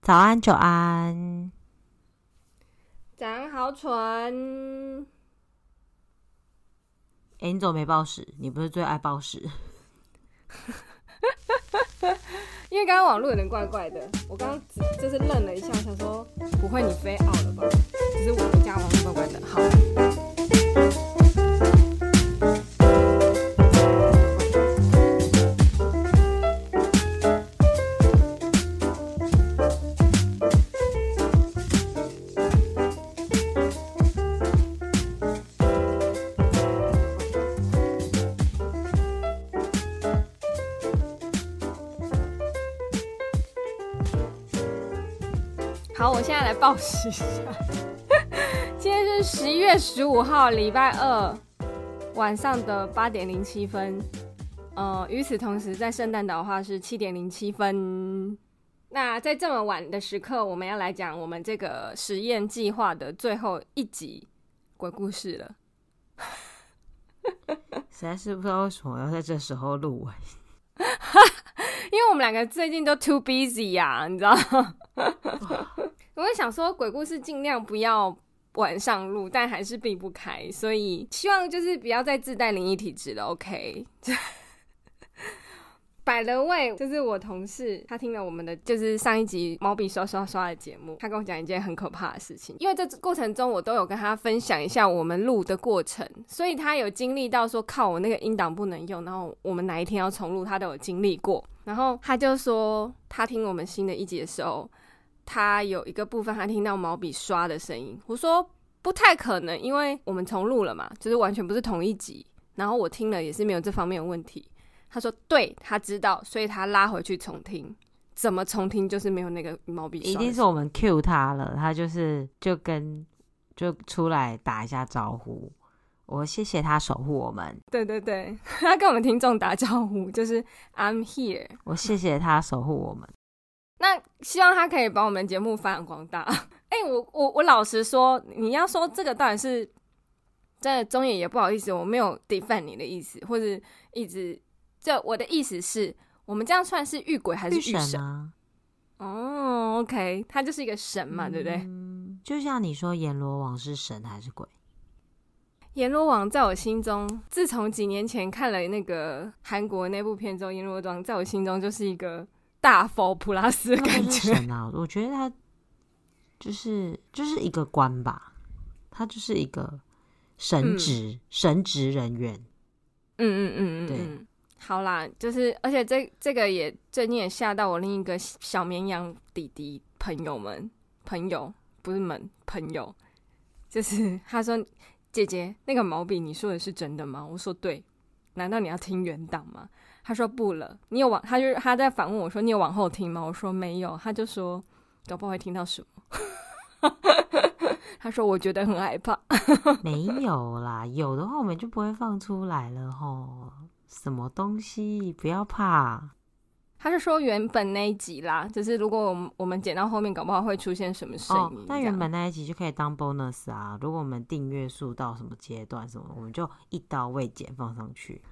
早安，久安。 早安，好蠢。 你怎么没报时？你不是最爱报时？ 因为刚刚网络有点怪怪的，我刚刚就是愣了一下，想说不会你飞out了吧？只是我家网络怪怪的。好。好，我现在来报时一下。今天是11月15号，礼拜二晚上的8点07分。与此同时，在圣诞岛的话是7点07分。那在这么晚的时刻，我们要来讲我们这个实验计划的最后一集鬼故事了。 实在是不知道为什么要在这时候录因为我们两个最近都 too busy 呀，你知道吗？我会想说鬼故事尽量不要晚上录，但还是避不开，所以希望就是不要再自带灵异体质了 OK。 by the way， 就是我同事他听了我们的就是上一集毛笔刷刷刷的节目，他跟我讲一件很可怕的事情，因为这过程中我都有跟他分享一下我们录的过程，所以他有经历到说靠我那个音档不能用，然后我们哪一天要重录他都有经历过。然后他就说他听我们新的一集的时候，他有一个部分他听到毛笔刷的声音，我说不太可能，因为我们重录了嘛，就是完全不是同一集，然后我听了也是没有这方面的问题。他说对，他知道，所以他拉回去重听，怎么重听就是没有那个毛笔刷的声音。 一定是我们 cue 他了，他就出来打一下招呼，我谢谢他守护我们。 对对对，他跟我们听众打招呼，就是 I'm here。 我谢谢他守护我们。 那希望他可以把我们节目发扬光大。我老实说，你要说这个到底是真的，中野也不好意思，我没有 defend 你的意思，或者一直我的意思是，我们这样算是遇鬼还是遇神啊？ 哦 OK， 他就是一个神嘛，对不对？ 就像你说阎罗王是神还是鬼？ 阎罗王在我心中，自从几年前看了那个韩国那部片之后，阎罗王在我心中就是一个大佛普拉斯的感觉。 神啊，我觉得他就是一个官吧，他就是一个神职人员。对。 好啦，就是而且这个也最近也吓到我另一个小绵羊弟弟朋友，就是他说姐姐那个毛笔你说的是真的吗？我说对，难道你要听原档吗？他说不了，他在反问我说你有往后听吗？我说没有，他就说搞不好会听到什么。他说我觉得很害怕。 没有啦，有的话我们就不会放出来了齁。什么东西不要怕。 他是说原本那一集啦，就是如果我们剪到后面搞不好会出现什么声音。 那原本那一集就可以当 bonus 啊，如果我们订阅数到什么阶段什么，我们就一刀未剪放上去。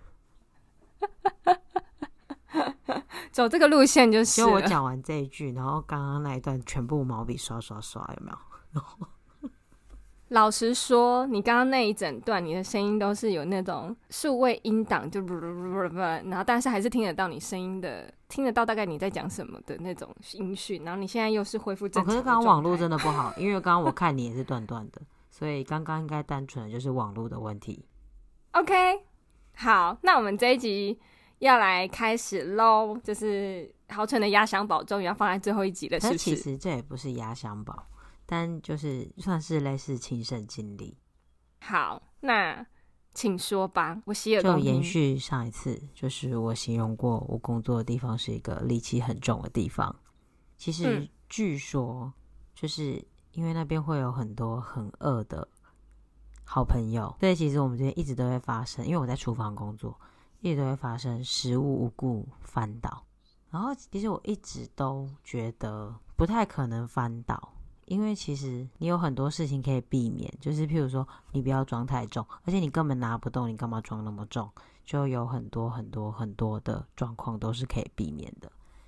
走这个路线就是了。 就我讲完这一句，然后刚刚那一段全部毛笔刷刷刷，有没有？ 老实说，你刚刚那一整段你的声音都是有那种数位音档，就然后但是还是听得到你声音的，听得到大概你在讲什么的那种音讯，然后你现在又是恢复正常的状态。 可是刚刚网络真的不好，因为刚刚我看你也是断断的，所以刚刚应该单纯的就是网络的问题。 OK， 好，那我们这一集要来开始咯，就是好蠢的压箱宝终于要放在最后一集了，是不是？ 其实这也不是压箱宝，但就是算是类似亲身经历。 好，那请说吧，我洗耳恭听。 就延续上一次，就是我形容过我工作的地方是一个戾气很重的地方。其实据说就是因为那边会有很多很恶的好朋友，所以其实我们这边一直都会发生，因为我在厨房工作，一直都会发生食物无故翻倒。然后其实我一直都觉得不太可能翻倒，因为其实你有很多事情可以避免，就是譬如说你不要装太重，而且你根本拿不动，你干嘛装那么重？就有很多很多很多的状况都是可以避免的。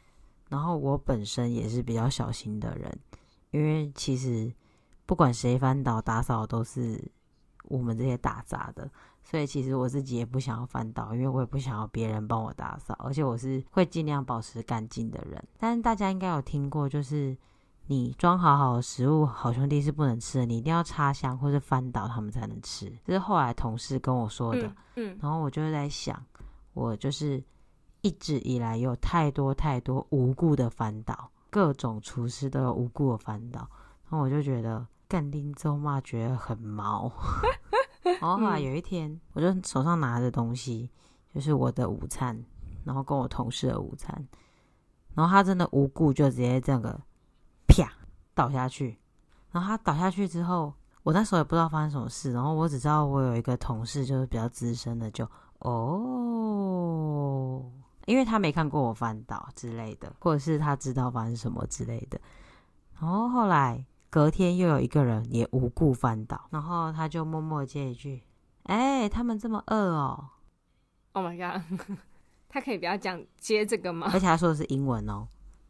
然后我本身也是比较小心的人，因为其实不管谁翻倒打扫都是我们这些打杂的，所以其实我自己也不想要翻倒，因为我也不想要别人帮我打扫，而且我是会尽量保持干净的人。但是大家应该有听过，就是你装好好的食物，好兄弟是不能吃的，你一定要插香或是翻倒他们才能吃，这是后来同事跟我说的。然后我就在想，我就是一直以来有太多无故的翻倒，各种厨师都有无故的翻倒，然后我就觉得干丁咒骂觉得很毛。然后后来有一天，我就手上拿着东西，就是我的午餐，然后跟我同事的午餐，然后他真的无故就直接这个啪倒下去。然后他倒下去之后，我那时候也不知道发生什么事，然后我只知道我有一个同事就是比较资深的，就因为他没看过我翻倒之类的，或者是他知道发生什么之类的。然后后来隔天又有一个人也无故翻倒，然后他就默默接一句：他们这么饿哦。 Oh my god 他可以不要讲接这个吗？ 而且他说的是英文哦。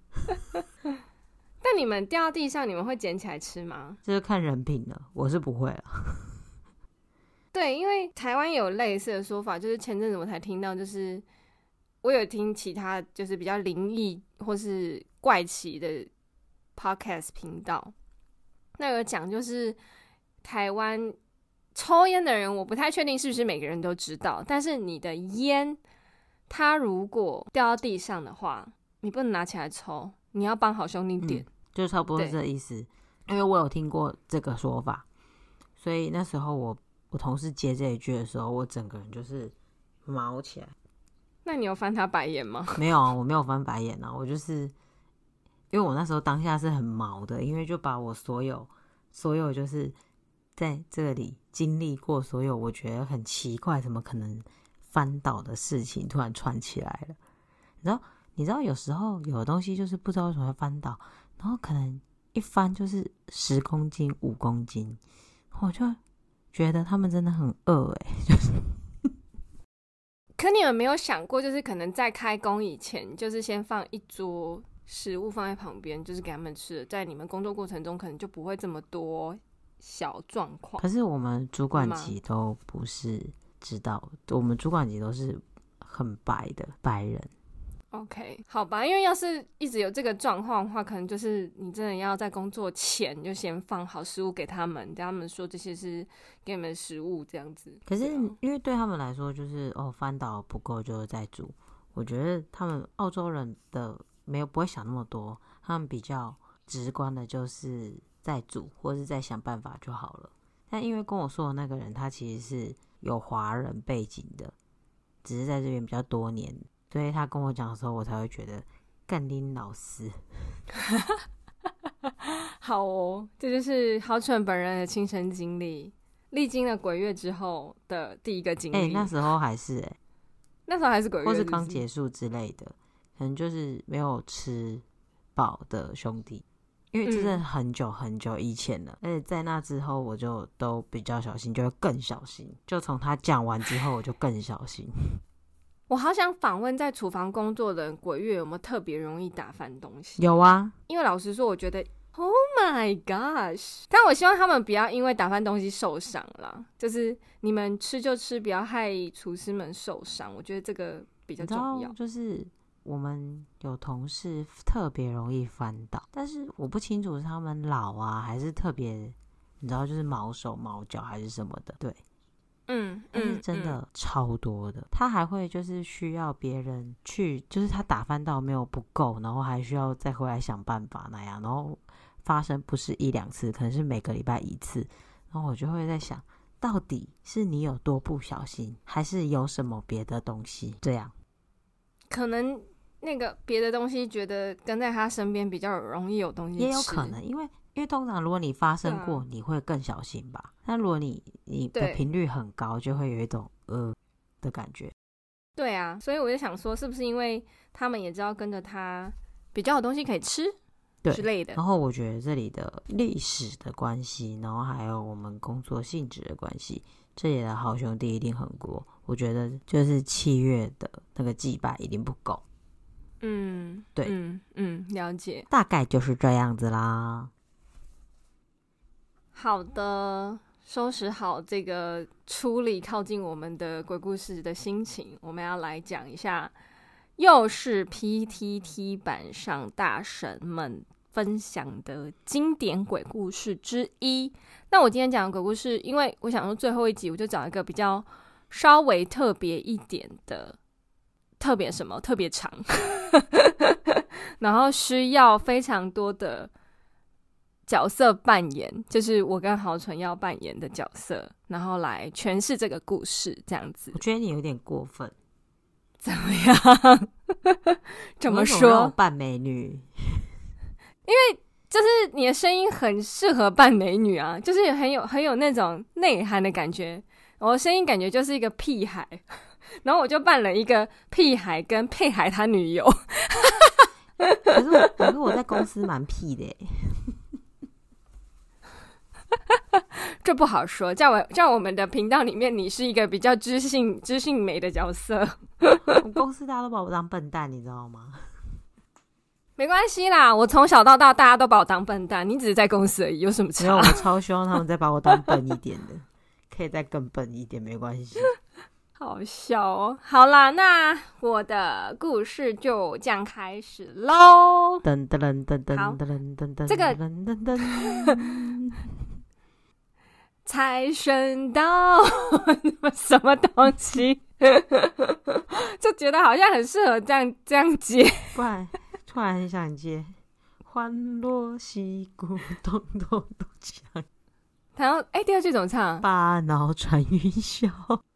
但你们掉到地上，你们会捡起来吃吗？ 这就看人品了，我是不会了。 对，因为台湾有类似的说法，就是前阵子我才听到，就是我有听其他就是比较灵异或是怪奇的 podcast 频道，那有讲就是台湾抽烟的人，我不太确定是不是每个人都知道，但是你的烟它如果掉到地上的话，你不能拿起来抽，你要帮好兄弟点。 就差不多是这意思。因为我有听过这个说法，所以那时候我同事接这一句的时候，我整个人就是毛起来。 那你有翻他白眼吗？ 没有啊，我没有翻白眼啊，我就是因为我那时候当下是很毛的，因为就把我所有就是在这里经历过所有我觉得很奇怪怎么可能翻倒的事情突然串起来了。你知道有时候有的东西就是不知道为什么会翻倒，然后可能一翻就是10公斤5公斤，我就觉得他们真的很饿就是可你们没有想过，就是可能在开工以前，就是先放一桌食物放在旁边，就是给他们吃的，在你们工作过程中可能就不会这么多小状况。 可是我们主管级都不是知道，我们主管级都是很白的白人。 OK， 好吧，因为要是一直有这个状况的话，可能就是你真的要在工作前就先放好食物给他们，跟他们说这些是给你们的食物这样子。 可是因为对他们来说，就是翻倒不够就是在煮。我觉得他们澳洲人的不会想那么多，他们比较直观的就是在煮或是在想办法就好了。但因为跟我说的那个人，他其实是有华人背景的，只是在这边比较多年。所以他跟我讲的时候，我才会觉得干丁老师。 好哦，这就是豪蠢本人的亲身经历，历经了鬼月之后的第一个经历。 那时候还是那时候还是鬼月或是刚结束之类的，可能就是没有吃饱的兄弟，因为这是很久很久以前了。而且在那之后，我就都比较小心，就会更小心。就从他讲完之后，我就更小心。 我好想访问在厨房工作的人，鬼月有没有特别容易打翻东西？ 有啊， 因为老实说，我觉得 Oh my gosh！ 但我希望他们不要因为打翻东西受伤啦，就是你们吃就吃，不要害厨师们受伤。我觉得这个比较重要。 就是我们有同事特别容易翻倒，但是我不清楚是他们老啊，还是特别你知道就是毛手毛脚还是什么的。对。但是真的超多的，他还会就是需要别人去，就是他打翻到没有不够，然后还需要再回来想办法那样，然后发生不是1-2次，可能是每个礼拜1次，然后我就会在想，到底是你有多不小心，还是有什么别的东西这样？ 可能那个别的东西觉得跟在他身边比较容易有东西吃， 也有可能，因为通常如果你发生过，你会更小心吧。但如果你的频率很高，就会有一种的感觉。 对啊，所以我就想说，是不是因为他们也知道跟着他比较有东西可以吃之类的。 然后我觉得这里的历史的关系，然后还有我们工作性质的关系，这里的好兄弟一定很多。我觉得就是7月的那个祭拜一定不够。 对， 了解， 大概就是这样子啦。 好的，收拾好这个处理靠近我们的鬼故事的心情，我们要来讲一下，又是 PTT 版上大神们分享的经典鬼故事之一。那我今天讲的鬼故事，因为我想说最后一集我就找一个比较稍微特别一点的，特别什么特别长然后需要非常多的角色扮演，就是我跟豪纯要扮演的角色，然后来诠释这个故事这样子。 我觉得你有点过分。 怎么样怎么说？ 让我扮美女， 因为就是你的声音很适合扮美女啊，就是很有那种内涵的感觉。我的声音感觉就是一个屁孩，然后我就扮了一个屁孩跟屁孩他女友。 可是我在公司蛮屁的耶。 这不好说，在我们的频道里面，你是一个比较知性美的角色。 我公司大家都把我当笨蛋，你知道吗？ 没关系啦，我从小到大大家都把我当笨蛋，你只是在公司而已，有什么差？ 没有，我超希望他们再把我当笨一点的，可以再更笨一点，没关系。 好笑哦！好啦，那我的故事就这样开始喽。 噔噔噔噔噔噔噔噔， 这个噔噔噔， 财神到，什么东西？就觉得好像很适合这样接。 不然突然很想接欢乐戏鼓咚咚咚锵。 然后第二句怎么唱？ 把脑传云霄。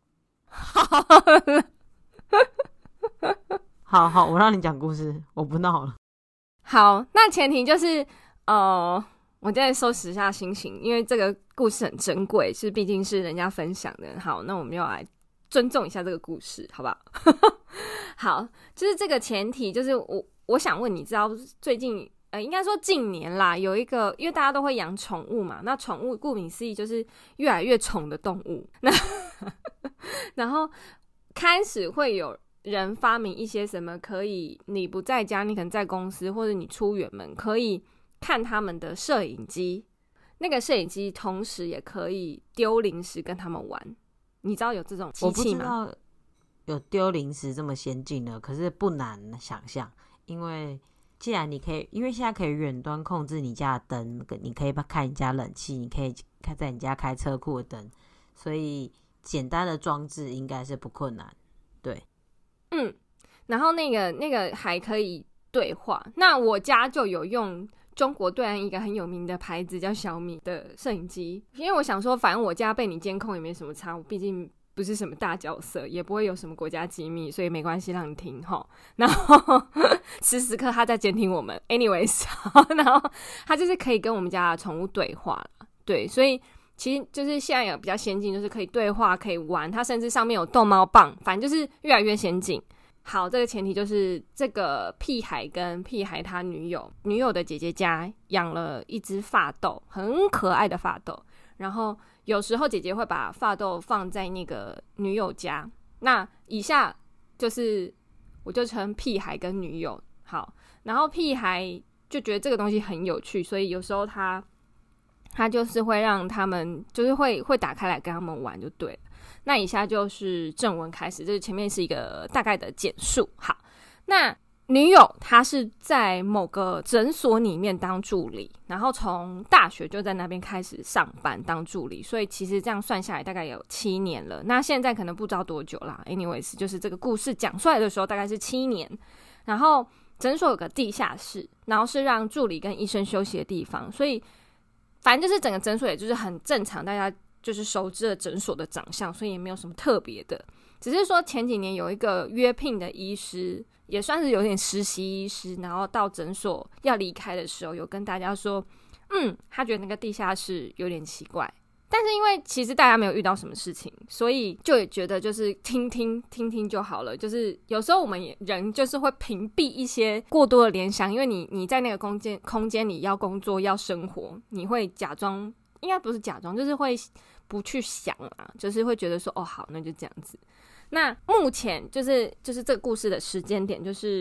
好，我让你讲故事，我不闹了。 好，那前提就是我再收拾一下心情，因为这个故事很珍贵，是毕竟是人家分享的。好，那我们要来尊重一下这个故事，好不好？好，就是这个前提，就是我想问，你知道最近应该说近年啦，有一个，因为大家都会养宠物嘛，那宠物顾名思义就是越来越宠的动物，那然后开始会有人发明一些什么可以你不在家，你可能在公司或者你出远门可以看他们的摄影机，那个摄影机同时也可以丢零食跟他们玩。你知道有这种机器吗？ 我不知道有丢零食这么先进的，可是不难想象，因为既然你可以，因为现在可以远端控制你家的灯，你可以开你家冷气，你可以在你家开车库的灯，所以简单的装置应该是不困难。对， 然后那个还可以对话。那我家就有用中国对岸一个很有名的牌子叫小米的摄影机，因为我想说，反正我家被你监控也没什么差，我毕竟不是什么大角色，也不会有什么国家机密，所以没关系，让你听齁。然后时时刻他在监听我们 ，anyways， 然后他就是可以跟我们家的宠物对话了，对，所以其实就是现在有比较先进，就是可以对话，可以玩，它甚至上面有逗猫棒，反正就是越来越先进。好，这个前提就是这个屁孩跟屁孩他女友的姐姐家养了一只发豆，很可爱的发豆，然后有时候姐姐会把发豆放在那个女友家，那以下就是我就称屁孩跟女友。好，然后屁孩就觉得这个东西很有趣，所以有时候他就是会让他们就是会打开来跟他们玩就对了。那以下就是正文开始，这前面是一个大概的简述。好，那女友她是在某个诊所里面当助理，然后从大学就在那边开始上班当助理，所以其实这样算下来大概有7年了。那现在可能不知道多久啦 anyways 就是这个故事讲出来的时候大概是7年。然后诊所有个地下室，然后是让助理跟医生休息的地方，所以反正就是整个诊所也就是很正常，大家就是熟知了诊所的长相，所以也没有什么特别的。只是说前几年有一个约聘的医师，也算是有点实习医师，然后到诊所要离开的时候，有跟大家说，他觉得那个地下室有点奇怪。但是因为其实大家没有遇到什么事情，所以就也觉得就是听听就好了。就是有时候我们人就是会屏蔽一些过多的联想，因为你在那个空间里要工作要生活，你会假装，应该不是假装，就是会不去想啊，就是会觉得说好，那就这样子。那目前就是这个故事的时间点，就是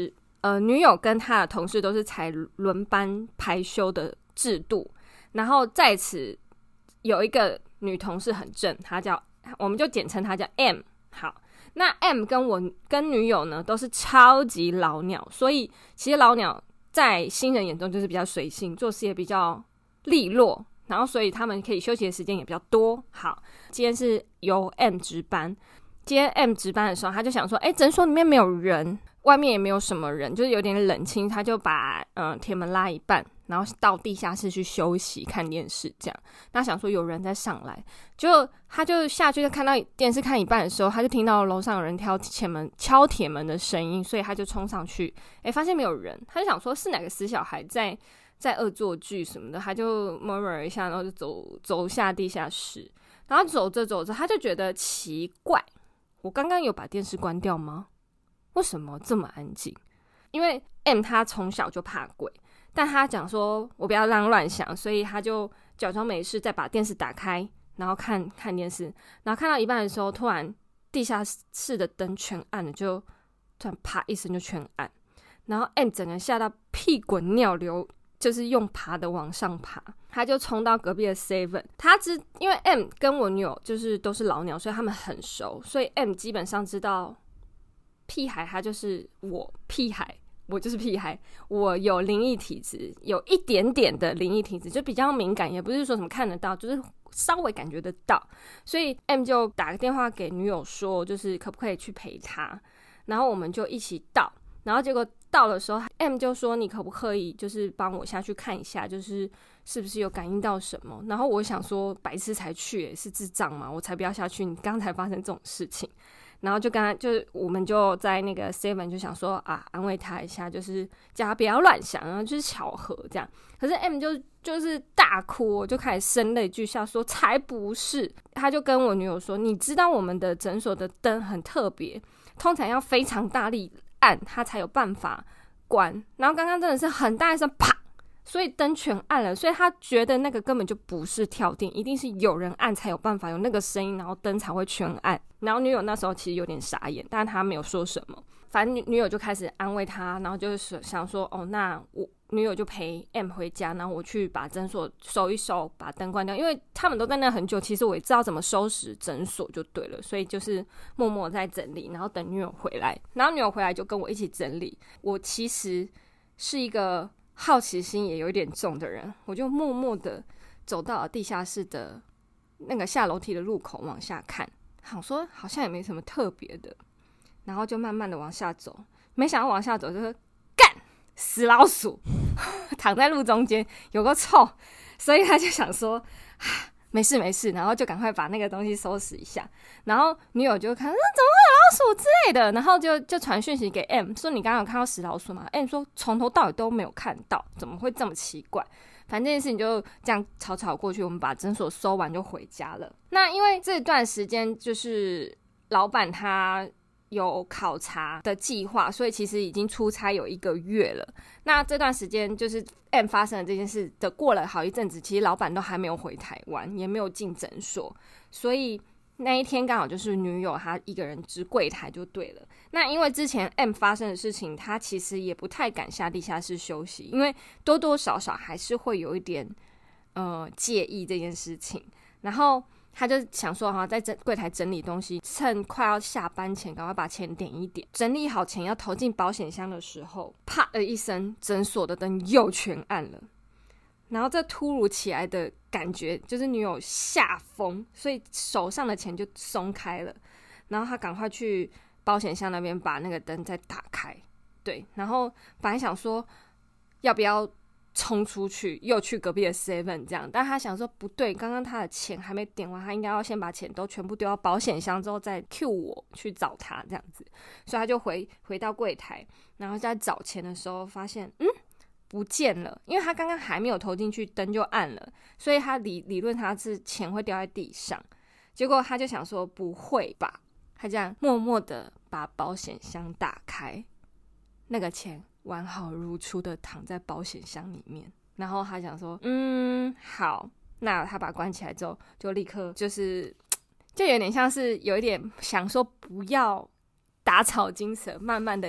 女友跟他的同事都是采轮班排休的制度，然后在此有一个女同事很正，我们就简称她叫 M。 好，那 M 跟女友呢都是超级老鸟，所以其实老鸟在新人眼中就是比较随性，做事也比较利落，然后所以他们可以休息的时间也比较多。好，今天是由 M 值班，今天 M 值班的时候，他就想说诊所里面没有人，外面也没有什么人，就是有点冷清，他就把铁门拉一半，然后到地下室去休息看电视这样。他想说有人再上来，他就下去，就看到电视看一半的时候，他就听到楼上有人敲铁门的声音，所以他就冲上去，发现没有人，他就想说是哪个死小孩在恶作剧什么的，他就 murmur 一下，然后就走下地下室，然后走着走着，他就觉得奇怪，我刚刚有把电视关掉吗？为什么这么安静？因为 M 他从小就怕鬼，但他讲说我不要让乱想，所以他就假装没事，再把电视打开，然后看电视，然后看到一半的时候，突然地下室的灯全暗了，就突然啪一声就全暗，然后 M 整个吓到屁滚尿流，就是用爬的往上爬，他就冲到隔壁的 Seven。因为 M 跟我女友就是都是老鸟，所以他们很熟，所以 M 基本上知道屁孩他就是我，屁孩我就是屁孩，我有灵异体质，有一点点的灵异体质，就比较敏感，也不是说什么看得到，就是稍微感觉得到。所以 M 就打个电话给女友说，就是可不可以去陪他，然后我们就一起到。然后结果到的时候 M 就说你可不可以就是帮我下去看一下，就是是不是有感应到什么。然后我想说白痴才去是智障吗？我才不要下去，你刚才发生这种事情。然后我们就在那个 Seven 就想说安慰他一下，就是叫他不要乱想，然后就是巧合这样。可是 M 就是大哭，就开始声泪俱下说才不是。他就跟我女友说，你知道我们的诊所的灯很特别，通常要非常大力按它才有办法关，然后刚刚真的是很大一声啪，所以灯全暗了，所以他觉得那个根本就不是跳电，一定是有人按才有办法有那个声音，然后灯才会全暗。然后女友那时候其实有点傻眼，但是他没有说什么，反正女友就开始安慰他，然后就是想说那我女友就陪 M 回家，然后我去把诊所收一收，把灯关掉，因为他们都在那很久，其实我也知道怎么收拾诊所就对了，所以就是默默在整理，然后等女友回来，然后女友回来就跟我一起整理。我其实是一个好奇心也有一点重的人，我就默默的走到了地下室的那个下楼梯的入口往下看，想说好像也没什么特别的，然后就慢慢的往下走，没想到往下走就是干死老鼠躺在路中间有个臭，所以他就想说没事没事，然后就赶快把那个东西收拾一下。然后女友就看怎么会有老鼠之类的，然后就传讯息给 M 说你刚刚有看到死老鼠吗？ M 说从头到尾都没有看到，怎么会这么奇怪。反正这件事情就这样吵过去，我们把诊所收完就回家了。那因为这段时间就是老板他有考察的计划，所以其实已经出差有1个月了。那这段时间就是 M 发生了这件事的过了好一阵子，其实老板都还没有回台湾，也没有进诊所，所以那一天刚好就是女友她一个人值柜台就对了。那因为之前 M 发生的事情，她其实也不太敢下地下室休息，因为多多少少还是会有一点介意这件事情。然后他就想说在柜台整理东西，趁快要下班前赶快把钱点一点。整理好钱要投进保险箱的时候，啪的一声，诊所的灯又全暗了。然后这突如其来的感觉就是女友吓疯，所以手上的钱就松开了。然后他赶快去保险箱那边把那个灯再打开，对，然后本来想说要不要冲出去又去隔壁的 Seven 这样，但他想说不对，刚刚他的钱还没点完，他应该要先把钱都全部丢到保险箱之后再 cue 我去找他这样子。所以他就回到柜台，然后在找钱的时候发现不见了，因为他刚刚还没有投进去灯就暗了，所以他理论他是钱会掉在地上。结果他就想说不会吧，他这样默默的把保险箱打开，那个钱完好如初的躺在保险箱里面。然后他想说好，那他把它关起来之后就立刻就有点像是有一点想说不要打草惊蛇，慢慢的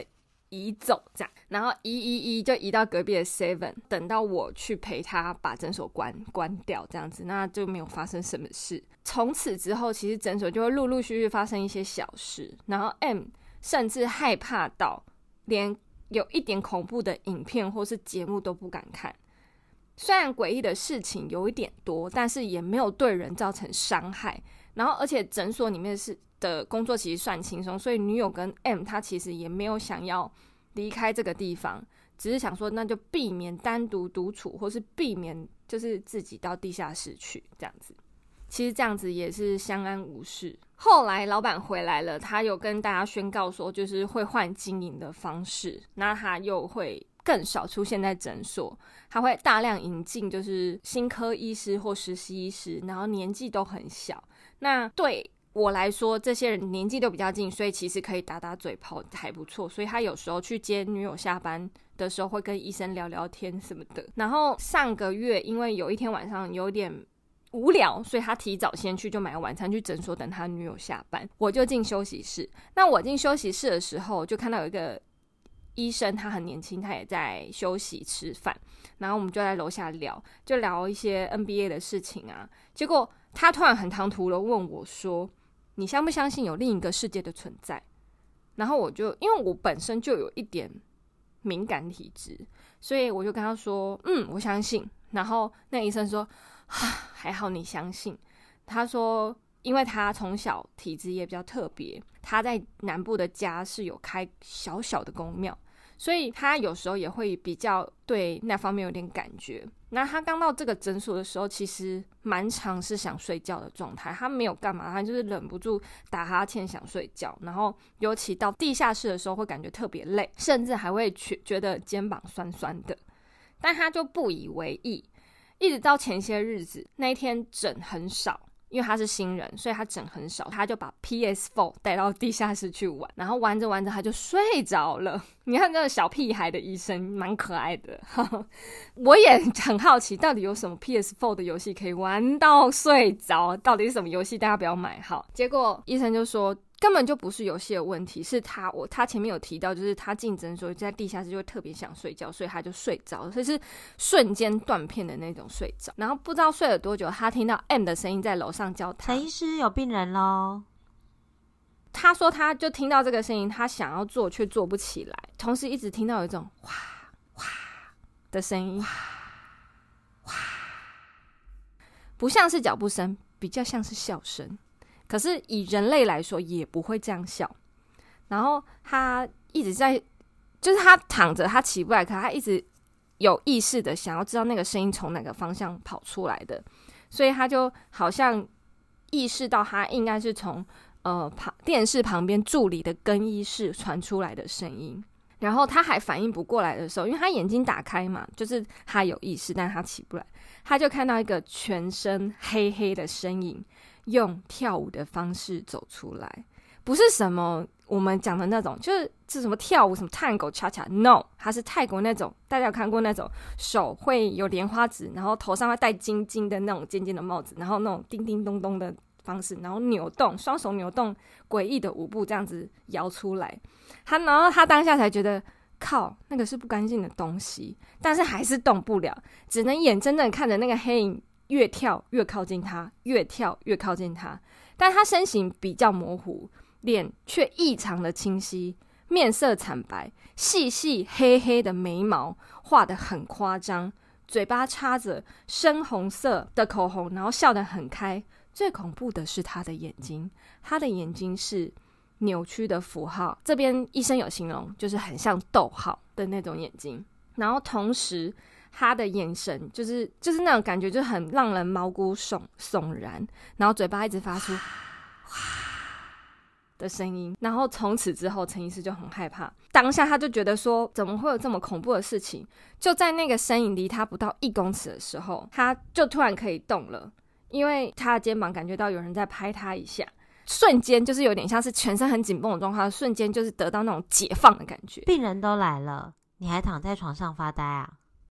移走这样，然后移就移到隔壁的 Seven， 等到我去陪他把诊所关掉这样子，那就没有发生什么事。从此之后其实诊所就会陆陆续续发生一些小事，然后 M 甚至害怕到连有一点恐怖的影片或是节目都不敢看。虽然诡异的事情有一点多，但是也没有对人造成伤害，然后而且诊所里面的工作其实算轻松，所以女友跟 M 她其实也没有想要离开这个地方，只是想说那就避免单独独处，或是避免就是自己到地下室去这样子。其实这样子也是相安无事。后来老板回来了，他有跟大家宣告说就是会换经营的方式，那他又会更少出现在诊所，他会大量引进就是新科医师或实习医师，然后年纪都很小。那对我来说这些人年纪都比较近，所以其实可以打打嘴炮还不错，所以他有时候去接女友下班的时候会跟医生聊聊天什么的。然后上个月因为有一天晚上有点无聊，所以他提早先去就买晚餐去诊所等他女友下班，我就进休息室。那我进休息室的时候就看到有一个医生，他很年轻，他也在休息吃饭，然后我们就在楼下就聊一些 NBA 的事情啊。结果他突然很唐突的问我说，你相不相信有另一个世界的存在？然后我就因为我本身就有一点敏感体质，所以我就跟他说我相信。然后那个医生说还好你相信。他说因为他从小体质也比较特别，他在南部的家是有开小小的宫庙，所以他有时候也会比较对那方面有点感觉。那他刚到这个诊所的时候其实蛮常是想睡觉的状态，他没有干嘛，他就是忍不住打哈欠想睡觉，然后尤其到地下室的时候会感觉特别累，甚至还会觉得肩膀酸酸的，但他就不以为意。一直到前些日子，那一天诊很少，因为他是新人，所以他诊很少，他就把 PS4 带到地下室去玩，然后玩着玩着他就睡着了。你看这个小屁孩的医生蛮可爱的我也很好奇到底有什么 PS4 的游戏可以玩到睡着，到底是什么游戏，大家不要买好。结果医生就说根本就不是游戏的问题，是他前面有提到，就是他进诊所在地下室就会特别想睡觉，所以他就睡着了，所以是瞬间断片的那种睡着。然后不知道睡了多久，他听到 M 的声音在楼上叫他， 陈医师有病人咯。 他说他就听到这个声音，他想要做却做不起来，同时一直听到有一种哗哗的声音，哗哗，不像是脚步声，比较像是笑声，可是以人类来说也不会这样笑。然后他一直在，就是他躺着他起不来，可他一直有意识的想要知道那个声音从哪个方向跑出来的，所以他就好像意识到他应该是从电视旁边助理的更衣室传出来的声音。然后他还反应不过来的时候，因为他眼睛打开嘛，就是他有意识但他起不来，他就看到一个全身黑黑的身影用跳舞的方式走出来，不是什么我们讲的那种就是什么跳舞什么探戈恰恰 no， 他是泰国那种，大家有看过那种手会有莲花指，然后头上会戴金金的那种尖尖的帽子，然后那种叮叮咚咚的方式，然后扭动双手扭动诡异的舞步这样子摇出来。然后他当下才觉得靠，那个是不干净的东西，但是还是动不了，只能眼睁睁看着那个黑影越跳越靠近他，越跳越靠近他。但他身形比较模糊，脸却异常的清晰，面色惨白，细细黑黑的眉毛画得很夸张，嘴巴插着深红色的口红，然后笑得很开。最恐怖的是他的眼睛，他的眼睛是扭曲的符号，这边医生有形容就是很像逗号的那种眼睛，然后同时他的眼神就是那种感觉就很让人毛骨悚然，然后嘴巴一直发出哇的声音。然后从此之后陈医师就很害怕，当下他就觉得说怎么会有这么恐怖的事情。就在那个身影离他不到1公尺的时候，他就突然可以动了，因为他的肩膀感觉到有人在拍他一下，瞬间就是有点像是全身很紧绷的状况，瞬间就是得到那种解放的感觉。 病人都来了，你还躺在床上发呆啊？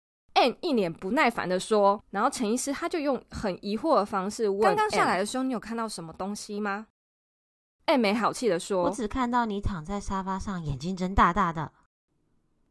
M 一脸不耐烦的说，然后陈医师他就用很疑惑的方式问，刚刚下来的时候你有看到什么东西吗？ M 没好气的说， 我只看到你躺在沙发上眼睛睁大大的。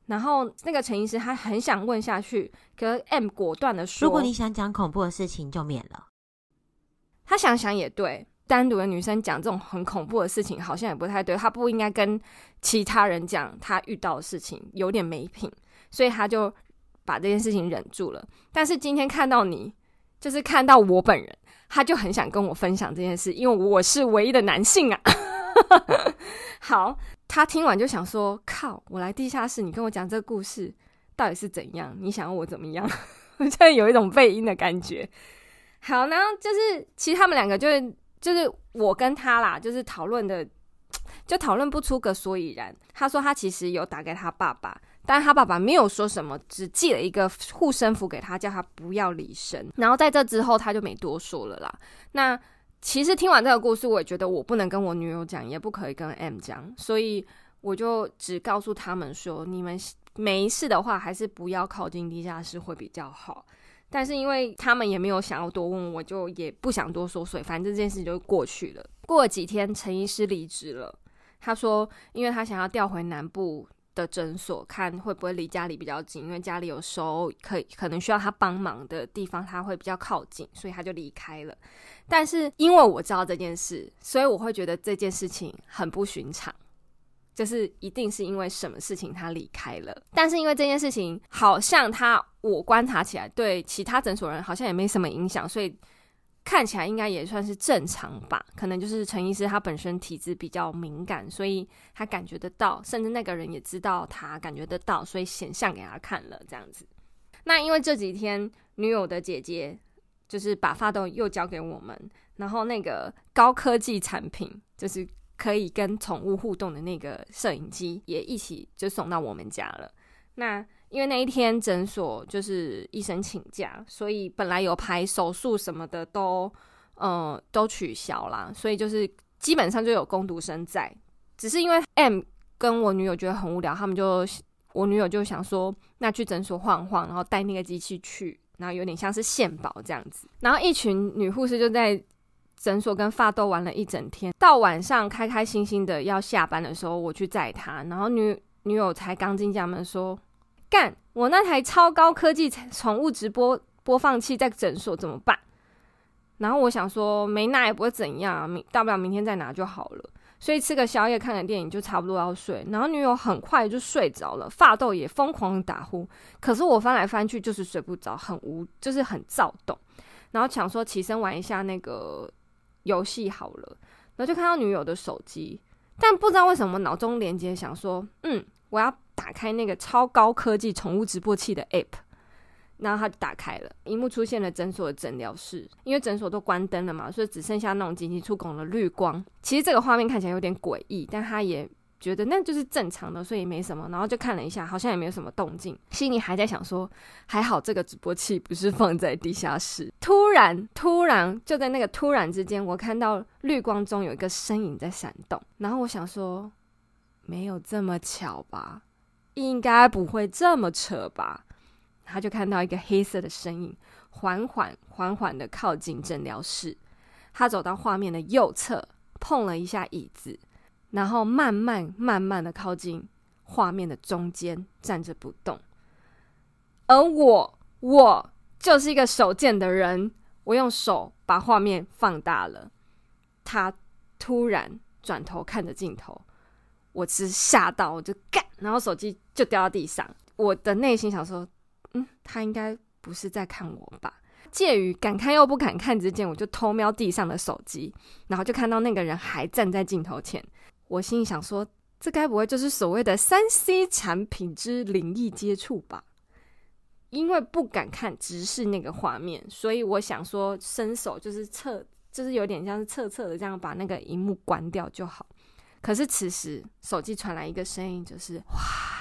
然后那个陈医师他很想问下去，可是 M 果断的说， 如果你想讲恐怖的事情就免了。 他想想也对，单独的女生讲这种很恐怖的事情好像也不太对，他不应该跟其他人讲他遇到的事情，有点没品，所以他就把这件事情忍住了。但是今天看到你，就是看到我本人，他就很想跟我分享这件事，因为我是唯一的男性啊。好，他听完就想说，靠，我来地下室，你跟我讲这个故事到底是怎样，你想要我怎么样？就有一种背音的感觉。好，然后就是其实他们两个就是我跟他啦，就是讨论的，就讨论不出个所以然。他说他其实有打给他爸爸，但他爸爸没有说什么，只寄了一个护身符给他，叫他不要离身。然后在这之后他就没多说了啦。那其实听完这个故事，我也觉得我不能跟我女友讲，也不可以跟 M 讲，所以我就只告诉他们说，你们没事的话还是不要靠近地下室会比较好。但是因为他们也没有想要多问，我就也不想多说，所以反正这件事就过去了。过了几天，陈医师离职了，他说因为他想要调回南部的诊所，看会不会离家里比较近，因为家里有时候可能需要他帮忙的地方他会比较靠近，所以他就离开了。但是因为我知道这件事，所以我会觉得这件事情很不寻常，就是一定是因为什么事情他离开了。但是因为这件事情好像我观察起来对其他诊所人好像也没什么影响，所以看起来应该也算是正常吧。可能就是陈医师他本身体质比较敏感，所以他感觉得到，甚至那个人也知道他感觉得到，所以显像给他看了这样子。那因为这几天女友的姐姐就是把发豆又交给我们，然后那个高科技产品就是可以跟宠物互动的那个摄影机也一起就送到我们家了。那因为那一天诊所就是医生请假，所以本来有排手术什么的都取消啦，所以就是基本上就有工读生在。只是因为 M 跟我女友觉得很无聊，我女友就想说那去诊所晃晃，然后带那个机器去，然后有点像是献宝这样子。然后一群女护士就在诊所跟发豆玩了一整天，到晚上开开心心的要下班的时候，我去载她，然后女友才刚进家门说，干，我那台超高科技宠物直播放器在诊所怎么办？然后我想说没拿也不会怎样啊，大不了明天再拿就好了。所以吃个宵夜看个电影就差不多要睡，然后女友很快就睡着了，发豆也疯狂的打呼，可是我翻来翻去就是睡不着，就是很躁动。然后想说起身玩一下那个游戏好了，然后就看到女友的手机，但不知道为什么脑中连接想说我要打开那个超高科技宠物直播器的 app， 然后他就打开了，荧幕出现了诊所的诊疗室，因为诊所都关灯了嘛，所以只剩下那种紧急出口的绿光。其实这个画面看起来有点诡异，但他也觉得那就是正常的，所以也没什么。然后就看了一下，好像也没有什么动静，心里还在想说，还好这个直播器不是放在地下室。突然，就在那个突然之间，我看到绿光中有一个身影在闪动，然后我想说，没有这么巧吧？应该不会这么扯吧？他就看到一个黑色的身影缓缓的靠近诊疗室，他走到画面的右侧，碰了一下椅子，然后慢慢的靠近画面的中间，站着不动。而我就是一个手贱的人，我用手把画面放大了。他突然转头看着镜头，我只是吓到，我就干，然后手机就掉到地上。我的内心想说，他应该不是在看我吧？介于敢看又不敢看之间，我就偷瞄地上的手机，然后就看到那个人还站在镜头前。我心里想说，这该不会就是所谓的 3C 产品之灵异接触吧？因为不敢看直视那个画面，所以我想说伸手就是有点像是侧的这样把那个荧幕关掉就好。可是此时手机传来一个声音，就是哗，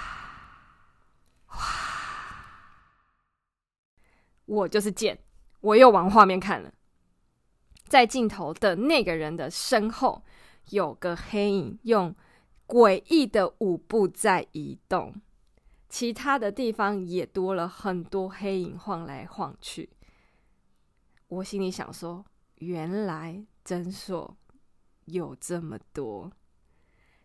我就是贱，我又往画面看了，在镜头的那个人的身后有个黑影用诡异的舞步在移动，其他的地方也多了很多黑影晃来晃去。我心里想说，原来诊所有这么多。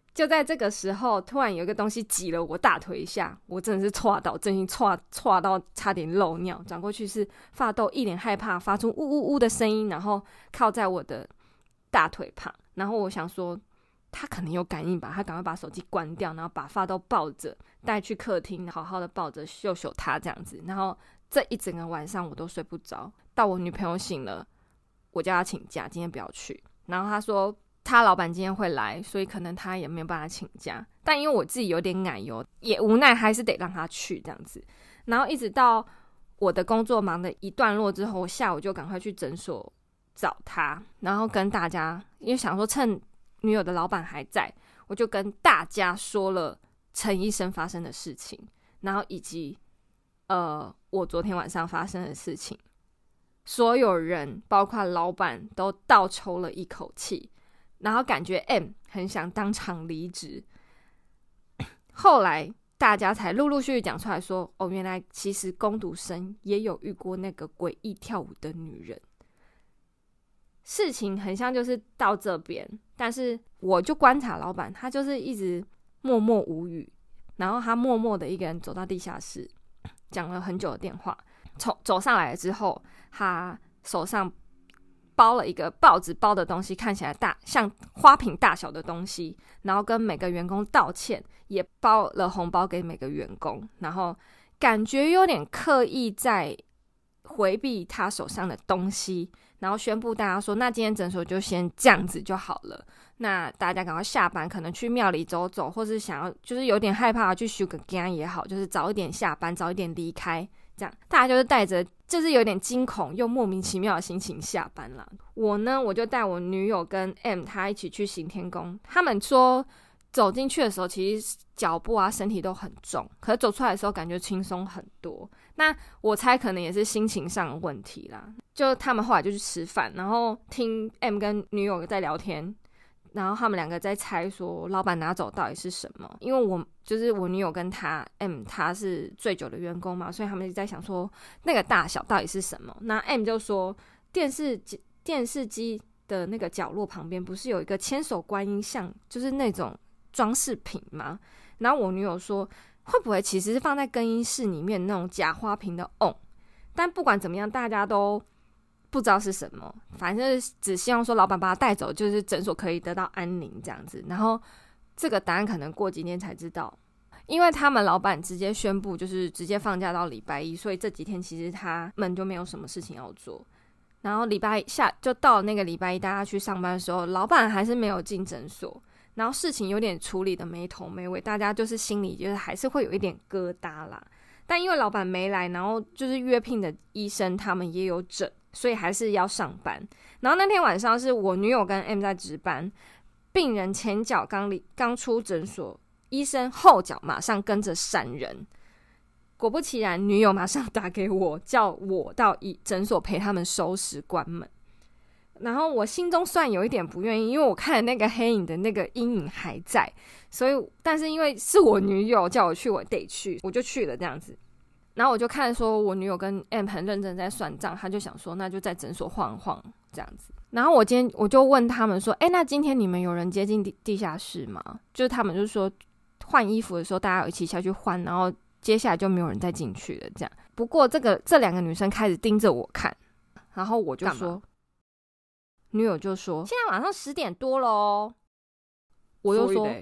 就在这个时候，突然有一个东西挤了我大腿一下，我真的是挫到，真心挫到差点漏尿。转过去是发豆一脸害怕，发出呜呜呜的声音，然后靠在我的大腿旁。然后我想说，他可能有感应吧，他赶快把手机关掉，然后把发豆抱着带去客厅，好好的抱着秀秀他这样子。然后这一整个晚上我都睡不着，到我女朋友醒了，我叫她请假，今天不要去。然后她说他老板今天会来，所以可能他也没有办法请假，但因为我自己有点奶油，也无奈还是得让他去这样子。然后一直到我的工作忙的一段落之后，我下午就赶快去诊所找他，然后跟大家，因为想说趁女友的老板还在，我就跟大家说了陈医生发生的事情，然后以及我昨天晚上发生的事情。所有人包括老板都倒抽了一口气，然后感觉 M 很想当场离职。后来大家才陆陆续续讲出来说，哦，原来其实工读生也有遇过那个诡异跳舞的女人。事情很像就是到这边，但是我就观察老板，他就是一直默默无语，然后他默默的一个人走到地下室，讲了很久的电话。走上来之后，他手上包了一个报纸包的东西，看起来像花瓶大小的东西，然后跟每个员工道歉，也包了红包给每个员工，然后感觉有点刻意在回避他手上的东西，然后宣布大家说，那今天诊所就先这样子就好了，那大家赶快下班，可能去庙里走走，或是想要就是有点害怕去休个假也好，就是早一点下班，早一点离开，这样大家就是带着就是有点惊恐又莫名其妙的心情下班了。我呢，我就带我女友跟 M 她一起去行天宫。他们说走进去的时候，其实脚步啊身体都很重，可是走出来的时候感觉轻松很多。那我猜可能也是心情上的问题啦。就他们后来就去吃饭，然后听 M 跟女友在聊天，然后他们两个在猜说老板拿走到底是什么。因为我女友跟他 M 他是最久的员工嘛，所以他们就在想说那个大小到底是什么。那 M 就说电视机的那个角落旁边不是有一个千手观音像，就是那种装饰品吗？然后我女友说会不会其实是放在更衣室里面那种假花瓶的瓮，但不管怎么样大家都不知道是什么，反正只希望说老板把他带走，就是诊所可以得到安宁这样子。然后这个答案可能过几天才知道，因为他们老板直接宣布就是直接放假到礼拜一，所以这几天其实他们就没有什么事情要做。然后就到那个礼拜一大家去上班的时候，老板还是没有进诊所，然后事情有点处理的没头没尾，大家就是心里就是还是会有一点疙瘩啦。但因为老板没来，然后就是约聘的医生他们也有诊，所以还是要上班。然后那天晚上是我女友跟 M 在值班，病人前脚刚出诊所，医生后脚马上跟着闪人。果不其然，女友马上打给我，叫我到诊所陪他们收拾关门。然后我心中虽然有一点不愿意，因为我看了那个黑影的那个阴影还在，所以但是因为是我女友叫我去，我得去，我就去了这样子。然后我就看说我女友跟 M 很认真在算账，他就想说那就在诊所晃晃这样子。然后我就问他们说，那今天你们有人接近地下室吗？就是他们就说换衣服的时候大家有一起下去换，然后接下来就没有人再进去了这样。不过这两个女生开始盯着我看，然后我就说，女友就说现在晚上10点多了哦。我就说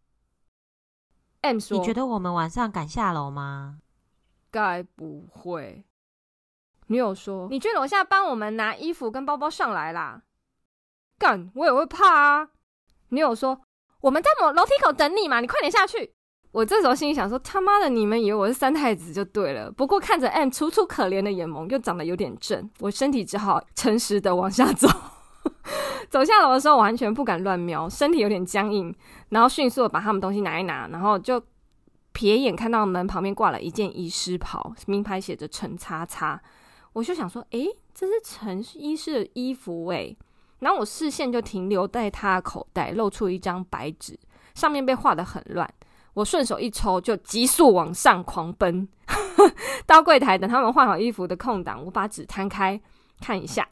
M 说你觉得我们晚上敢下楼吗？ 该不会。女友说你去楼下帮我们拿衣服跟包包上来啦。干，我也会怕啊。女友说我们在楼梯口等你嘛，你快点下去。我这时候心里想说他妈的，你们以为我是三太子就对了。不过看着 M 楚楚可怜的眼眸又长得有点正，我身体只好诚实的往下走。走下楼的时候我完全不敢乱瞄，身体有点僵硬，然后迅速的把他们东西拿一拿，然后就瞥眼看到门旁边挂了一件医师袍，名牌写着陈叉叉。我就想说这是陈医师的衣服然后我视线就停留在他的口袋，露出一张白纸，上面被画得很乱。我顺手一抽就急速往上狂奔到柜台等他们换好衣服的空档，我把纸摊开看一下，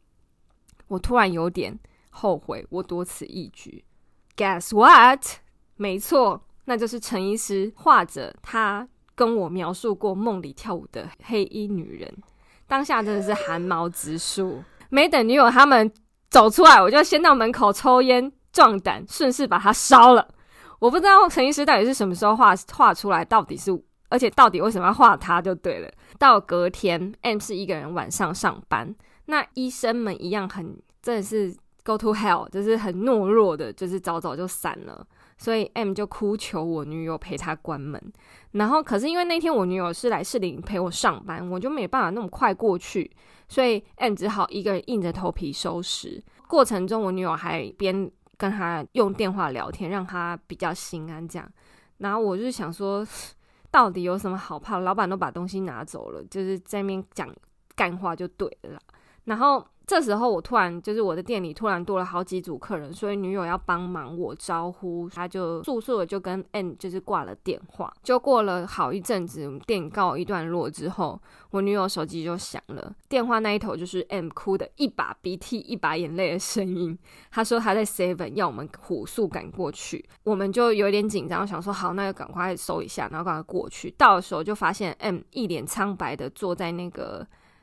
我突然有点后悔我多此一举。 Guess what？ 没错，那就是陈医师画着他跟我描述过梦里跳舞的黑衣女人。当下真的是汗毛直竖，没等女友他们走出来，我就先到门口抽烟壮胆，顺势把它烧了。我不知道陈医师到底是什么时候画出来，而且到底为什么要画他就对了。到隔天 M 是一个人晚上上班，那医生们一样真的是 go to hell， 就是很懦弱的，就是早早就散了。所以 M 就哭求我女友陪他关门，然后可是因为那天我女友是来士林陪我上班，我就没办法那么快过去，所以 M 只好一个人硬着头皮收拾。过程中我女友还边跟他用电话聊天，让他比较心安这样。然后我就想说，到底有什么好怕？老板都把东西拿走了，就是在那边讲干话就对了啦。然后这时候我突然就是我的店里突然多了好几组客人，所以女友要帮忙我招呼，她就速速的就跟 N 就是挂了电话。就过了好一阵子，我们店告一段落之后，我女友手机就响了，电话那一头就是 M 哭的一把鼻涕一把眼泪的声音。她说她在 7 要我们火速赶过去，我们就有点紧张，想说好，那就赶快收一下，然后赶快过去。到的时候就发现 M 一脸苍白的坐在那个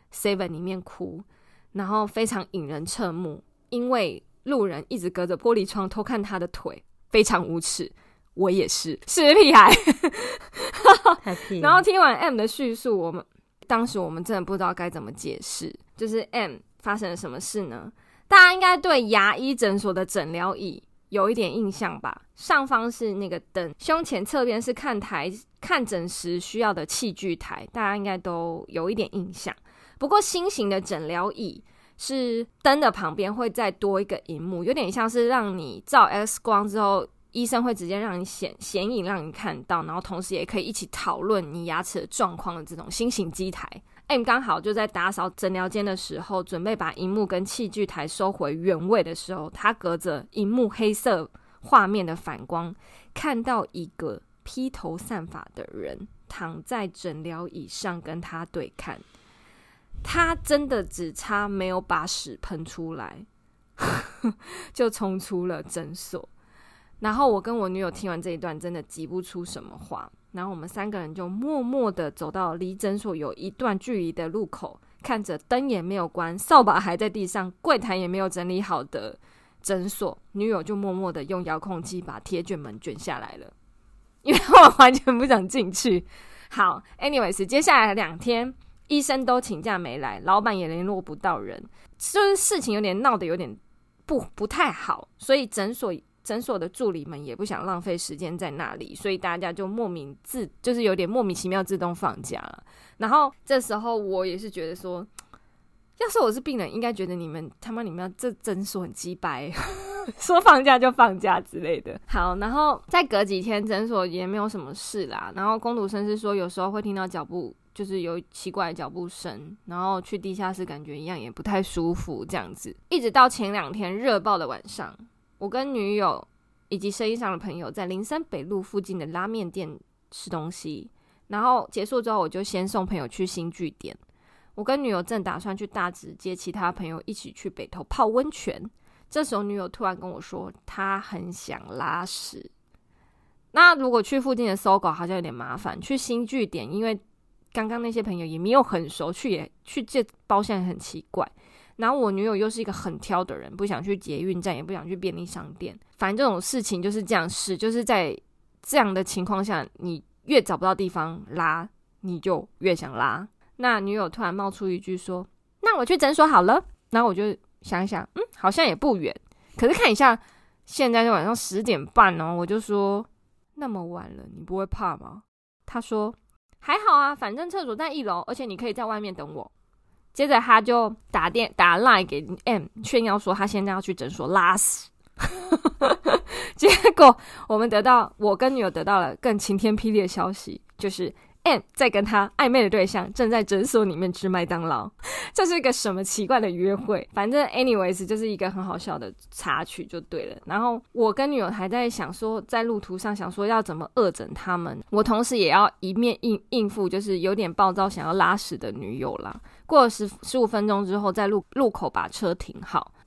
7 里面哭，然后非常引人侧目，因为路人一直隔着玻璃窗偷看他的腿，非常无耻。我也是不是屁孩？然后听完 M 的叙述，当时我们真的不知道该怎么解释，就是 M 发生了什么事呢？大家应该对牙医诊所的诊疗椅有一点印象吧？上方是那个灯，胸前侧边是看诊时需要的器具台，大家应该都有一点印象。不过新型的诊疗椅是灯的旁边会再多一个萤幕，有点像是让你照 X 光之后，医生会直接让你显影让你看到，然后同时也可以一起讨论你牙齿的状况的这种新型机台。M 刚好就在打扫诊疗间的时候，准备把萤幕跟器具台收回原位的时候，他隔着萤幕黑色画面的反光，看到一个披头散发的人躺在诊疗椅上跟他对看。他真的只差没有把屎喷出来就冲出了诊所。然后我跟我女友听完这一段真的挤不出什么话，然后我们3个人就默默的走到离诊所有一段距离的路口，看着灯也没有关，扫把还在地上，柜台也没有整理好的诊所，女友就默默的用遥控器把铁卷门卷下来了，因为我完全不想进去。好 anyways 接下来2天医生都请假没来，老板也联络不到人，就是事情闹得有点不太好，所以诊所的助理们也不想浪费时间在那里，所以大家就就是有点莫名其妙自动放假了。然后这时候我也是觉得说，要是我是病人，应该觉得你们这诊所很鸡掰说放假就放假之类的。好，然后再隔几天诊所也没有什么事啦，然后工读生是说有时候会听到脚步，就是有奇怪的脚步声，然后去地下室感觉一样也不太舒服这样子。一直到前2天热爆的晚上，我跟女友以及生意上的朋友在林森北路附近的拉面店吃东西，然后结束之后我就先送朋友去新据点。我跟女友正打算去大直接其他朋友一起去北投泡温泉，这时候女友突然跟我说她很想拉屎。那如果去附近的SOGO好像有点麻烦，去新据点因为刚刚那些朋友也没有很熟，去这包厢也很奇怪，然后我女友又是一个很挑的人，不想去捷运站，也不想去便利商店，反正这种事情就是这样，就是在这样的情况下，你越找不到地方拉，你就越想拉。那女友突然冒出一句说，那我去诊所好了。然后我就想一想，好像也不远，可是看一下现在是晚上10点半哦，我就说那么晚了你不会怕吗？她说还好啊，反正厕所在1楼，而且你可以在外面等我。接着他就打 LINE 给 M 炫耀说他现在要去诊所拉屎结果我跟女友得到了更晴天霹雳的消息，就是 M 在跟他暧昧的对象正在诊所里面吃麦当劳。这是一个什么奇怪的约会？反正 anyways 就是一个很好笑的插曲就对了。然后我跟女友还在想说，在路途上想说要怎么恶整他们，我同时也要一面应付就是有点暴躁想要拉屎的女友啦。过了15分钟之后，在路口把车停好，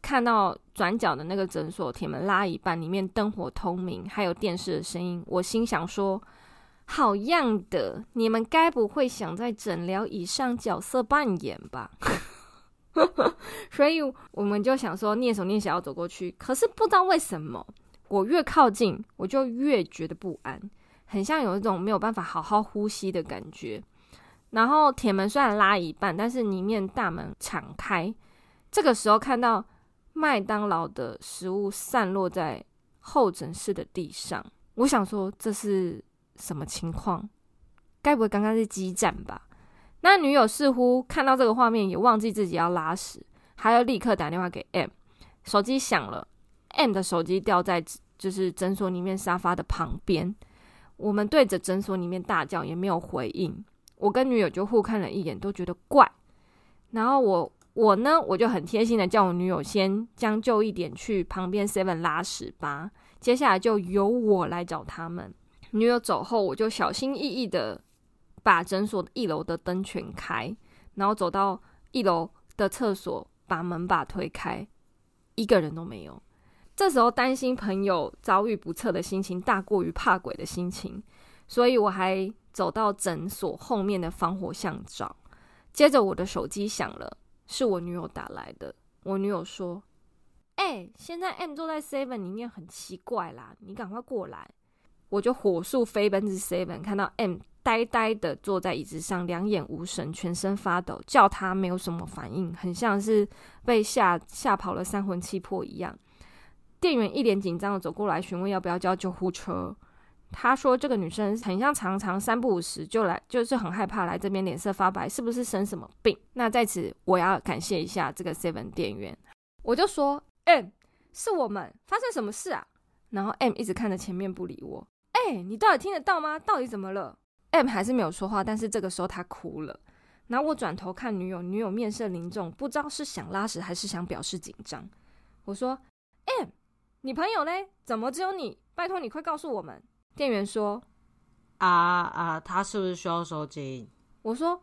看到转角的那个诊所铁门拉一半，里面灯火通明，还有电视的声音，我心想说，好样的，你们该不会想在诊疗椅上角色扮演吧？所以我们就想说蹑手蹑脚要走过去，可是不知道为什么我越靠近我就越觉得不安，很像有一种没有办法好好呼吸的感觉。然后铁门虽然拉一半，但是里面大门敞开，这个时候看到麦当劳的食物散落在候诊室的地上，我想说这是什么情况？该不会刚刚是激战吧？那女友似乎看到这个画面也忘记自己要拉屎，还要立刻打电话给 M。 手机响了， M 的手机掉在就是诊所里面沙发的旁边，我们对着诊所里面大叫，也没有回应。我跟女友就互看了一眼，都觉得怪。然后我呢，我就很贴心的叫我女友先将就一点去旁边 7 拉屎吧，接下来就由我来找他们。女友走后，我就小心翼翼的把诊所1楼的灯全开，然后走到1楼的厕所，把门把推开，一个人都没有。这时候担心朋友遭遇不测的心情大过于怕鬼的心情，所以我还走到诊所后面的防火巷找。接着我的手机响了，是我女友打来的。我女友说，现在 M 坐在 7 里面很奇怪啦，你赶快过来。我就火速飞奔至 7， 看到 M 呆呆的坐在椅子上，两眼无神，全身发抖，叫他没有什么反应，很像是被吓跑了三魂七魄一样。店员一脸紧张的走过来询问要不要叫救护车。他说这个女生很像常常3不5时就来，就是很害怕来这边，脸色发白，是不是生什么病？那在此我要感谢一下这个 7 店员。我就说 M 是我们，发生什么事啊？然后 M 一直看着前面不理我。你到底听得到吗？到底怎么了？ M 还是没有说话，但是这个时候他哭了。然后我转头看女友，女友面色凝重，不知道是想拉屎还是想表示紧张。我说 M 你朋友呢？怎么只有你？拜托你快告诉我们。店员说他是不是需要收金？ 我说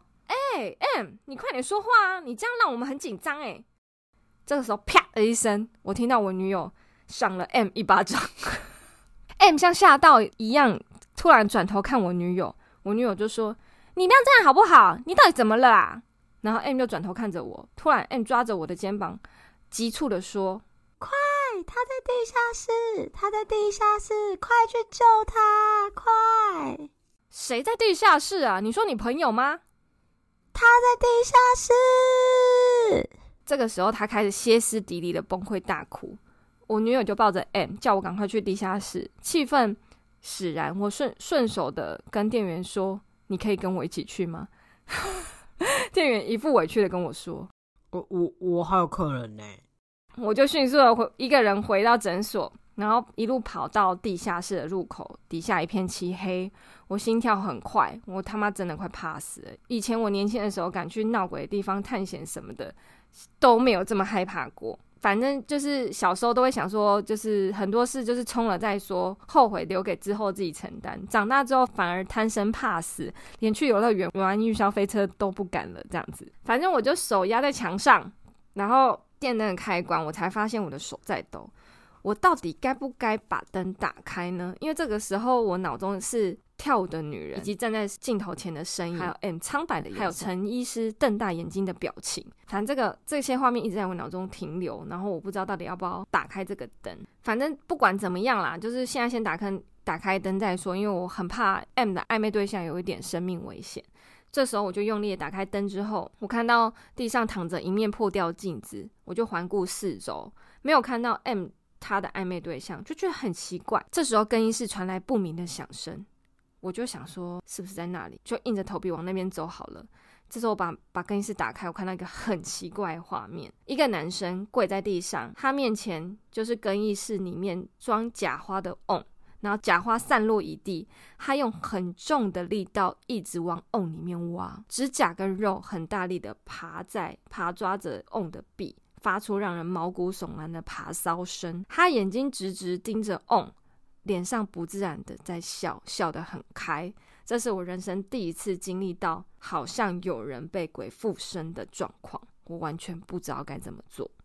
M 你快点说话啊，你这样让我们很紧张。这个时候啪的一声，我听到我女友赏了 M 一巴掌。M 像吓到一样突然转头看我女友，我女友就说，你不要这样好不好？你到底怎么了啦？然后 M 就转头看着我，突然 M 抓着我的肩膀急促的说，快，他在地下室，他在地下室，快去救他，快！谁在地下室啊？你说你朋友吗？他在地下室。这个时候他开始歇斯底里的崩溃大哭，我女友就抱着 M 叫我赶快去地下室。气氛使然，我顺手的跟店员说，你可以跟我一起去吗？店员一副委屈的跟我说， 我还有客人呢。 我就迅速的一个人回到诊所，然后一路跑到地下室的入口，底下一片漆黑，我心跳很快，我他妈真的快怕死了。以前我年轻的时候敢去闹鬼的地方探险什么的都没有这么害怕过。反正就是小时候都会想说，就是很多事就是冲了再说，后悔留给之后自己承担。长大之后反而贪生怕死，连去游乐园玩云霄飞车都不敢了，这样子。反正我就手压在墙上，然后电灯的开关，我才发现我的手在抖。我到底该不该把灯打开呢？因为这个时候我脑中是跳舞的女人，以及站在镜头前的身影，还有 M 苍白的眼神，还有陈医师瞪大眼睛的表情。反正这些画面一直在我脑中停留，然后我不知道到底要不要打开这个灯。反正不管怎么样啦，就是现在先打开灯再说，因为我很怕 M 的暧昧对象有一点生命危险。这时候我就用力的打开灯之后，我看到地上躺着一面破掉镜子，我就环顾四周，没有看到 M 他的暧昧对象，就觉得很奇怪。这时候更衣室传来不明的响声，我就想说是不是在那里，就硬着头皮往那边走好了。这时候我把更衣室打开，我看到一个很奇怪的画面，一个男生跪在地上，他面前就是更衣室里面装假花的瓮，然后假花散落一地，他用很重的力道一直往瓮里面挖，指甲跟肉很大力的爬抓着瓮的壁，发出让人毛骨悚然的爬搔声。他眼睛直直盯着瓮，脸上不自然的在笑，笑得很开。这是我人生第一次经历到好像有人被鬼附身的状况，我完全不知道该怎么做。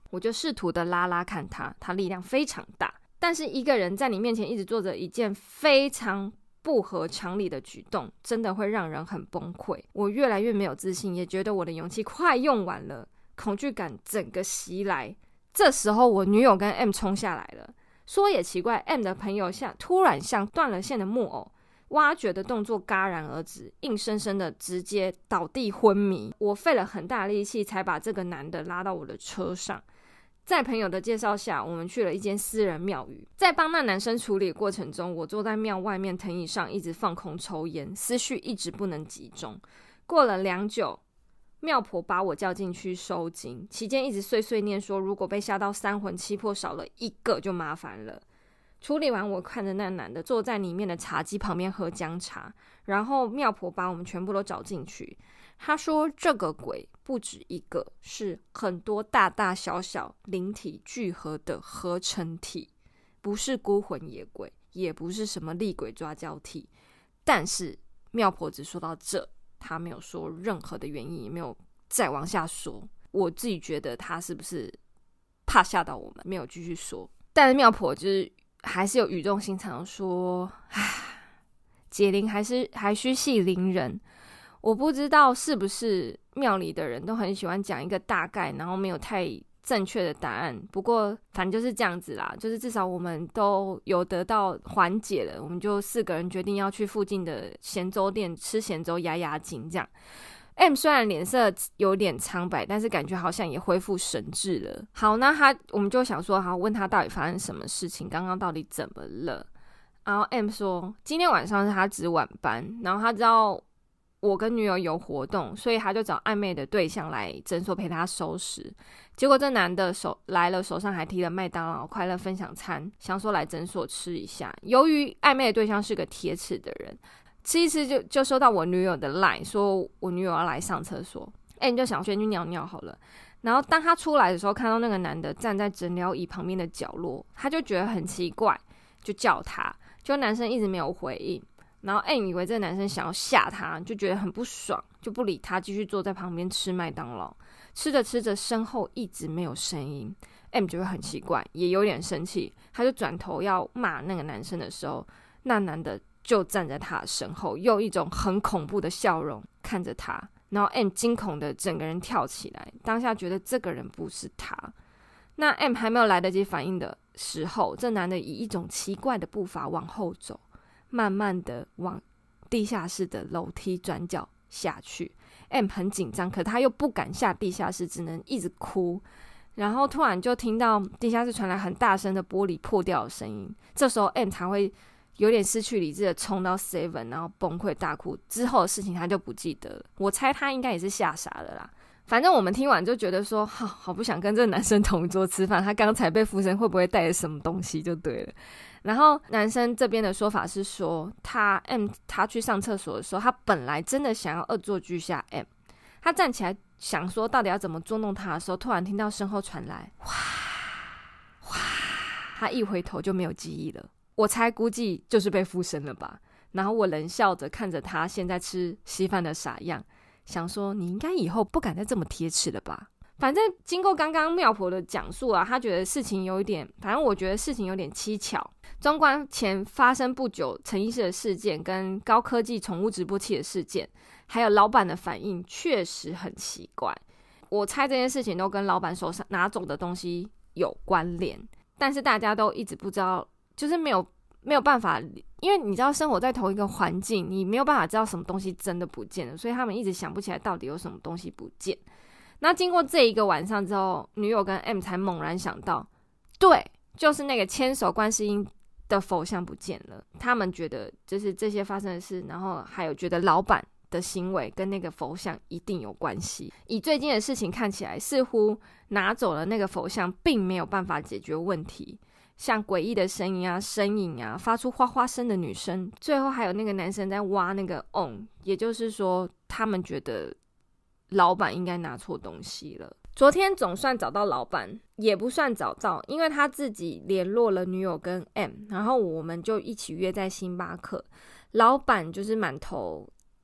我就试图的拉看他，他力量非常大，但是一个人在你面前一直做着一件非常不合常理的举动，真的会让人很崩溃。我越来越没有自信，也觉得我的勇气快用完了，恐惧感整个袭来。这时候我女友跟 M 冲下来了，说也奇怪， M 的朋友突然像断了线的木偶，挖掘的动作戛然而止，硬生生的直接倒地昏迷。我费了很大力气才把这个男的拉到我的车上，在朋友的介绍下，我们去了一间私人庙宇。在帮那男生处理的过程中，我坐在庙外面藤椅上一直放空抽烟，思绪一直不能集中。过了良久，庙婆把我叫进去收金，期间一直碎碎念说如果被吓到三魂七魄少了一个就麻烦了。处理完，我看着那男的坐在里面的茶几旁边喝姜茶，然后庙婆把我们全部都找进去。他说这个鬼不止一个，是很多大大小小灵体聚合的合成体，不是孤魂野鬼，也不是什么厉鬼抓交替。但是庙婆只说到这，他没有说任何的原因，也没有再往下说。我自己觉得他是不是怕吓到我们，没有继续说。但是庙婆就是还是有语重心长说，解铃还需系铃人。我不知道是不是庙里的人都很喜欢讲一个大概，然后没有太正确的答案。不过反正就是这样子啦，就是至少我们都有得到缓解了。我们就4个人决定要去附近的咸粥店吃咸粥压惊这样。M 虽然脸色有点苍白，但是感觉好像也恢复神智了。好，那我们就想说，好，问他到底发生什么事情，刚刚到底怎么了。然后 M 说今天晚上是他值晚班，然后他知道我跟女友有活动，所以他就找暧昧的对象来诊所陪他收拾。结果这男的来了，手上还提了麦当劳快乐分享餐，想说来诊所吃一下。由于暧昧的对象是个铁齿的人，吃一吃就收到我女友的 LINE 说我女友要来上厕所，你就想先去尿尿好了。然后当他出来的时候，看到那个男的站在诊疗椅旁边的角落，他就觉得很奇怪，就叫他，就男生一直没有回应。然后 M 以为这个男生想要吓他，就觉得很不爽，就不理他，继续坐在旁边吃麦当劳。吃着吃着，身后一直没有声音， M 就会很奇怪，也有点生气。他就转头要骂那个男生的时候，那男的就站在他的身后，用一种很恐怖的笑容看着他。然后 M 惊恐的整个人跳起来，当下觉得这个人不是他。那 M 还没有来得及反应的时候，这男的以一种奇怪的步伐往后走，慢慢的往地下室的楼梯转角下去。 M 很紧张，可他又不敢下地下室，只能一直哭。然后突然就听到地下室传来很大声的玻璃破掉的声音，这时候 M 才会有点失去理智的冲到 7， 然后崩溃大哭。之后的事情他就不记得了，我猜他应该也是吓傻了啦。反正我们听完就觉得说，好不想跟这个男生同一桌吃饭，他刚才被附身会不会带了什么东西就对了。然后男生这边的说法是说，他去上厕所的时候，他本来真的想要恶作剧下 M， 他站起来想说到底要怎么捉弄他的时候，突然听到身后传来哗哗，他一回头就没有记忆了。我猜估计就是被附身了吧。然后我冷笑着看着他现在吃稀饭的傻样，想说你应该以后不敢再这么贴齿了吧。反正经过刚刚庙婆的讲述啊，他觉得事情有一点，反正我觉得事情有点蹊跷。纵观前发生不久陈医师的事件，跟高科技宠物直播器的事件，还有老板的反应，确实很奇怪。我猜这件事情都跟老板手上拿走的东西有关联，但是大家都一直不知道，就是没有办法，因为你知道生活在同一个环境，你没有办法知道什么东西真的不见了，所以他们一直想不起来到底有什么东西不见。那经过这一个晚上之后，女友跟 M 才猛然想到，对，就是那个千手观世音的佛像不见了。他们觉得就是这些发生的事，然后还有觉得老板的行为跟那个佛像一定有关系。以最近的事情看起来，似乎拿走了那个佛像并没有办法解决问题，像诡异的声音啊、身影啊、发出哗哗声的女生，最后还有那个男生在挖那个也就是说他们觉得老板应该拿错东西了。昨天总算找到老板，也不算找到，因为他自己联络了女友跟 M， 然后我们就一起约在星巴克。老板就是满头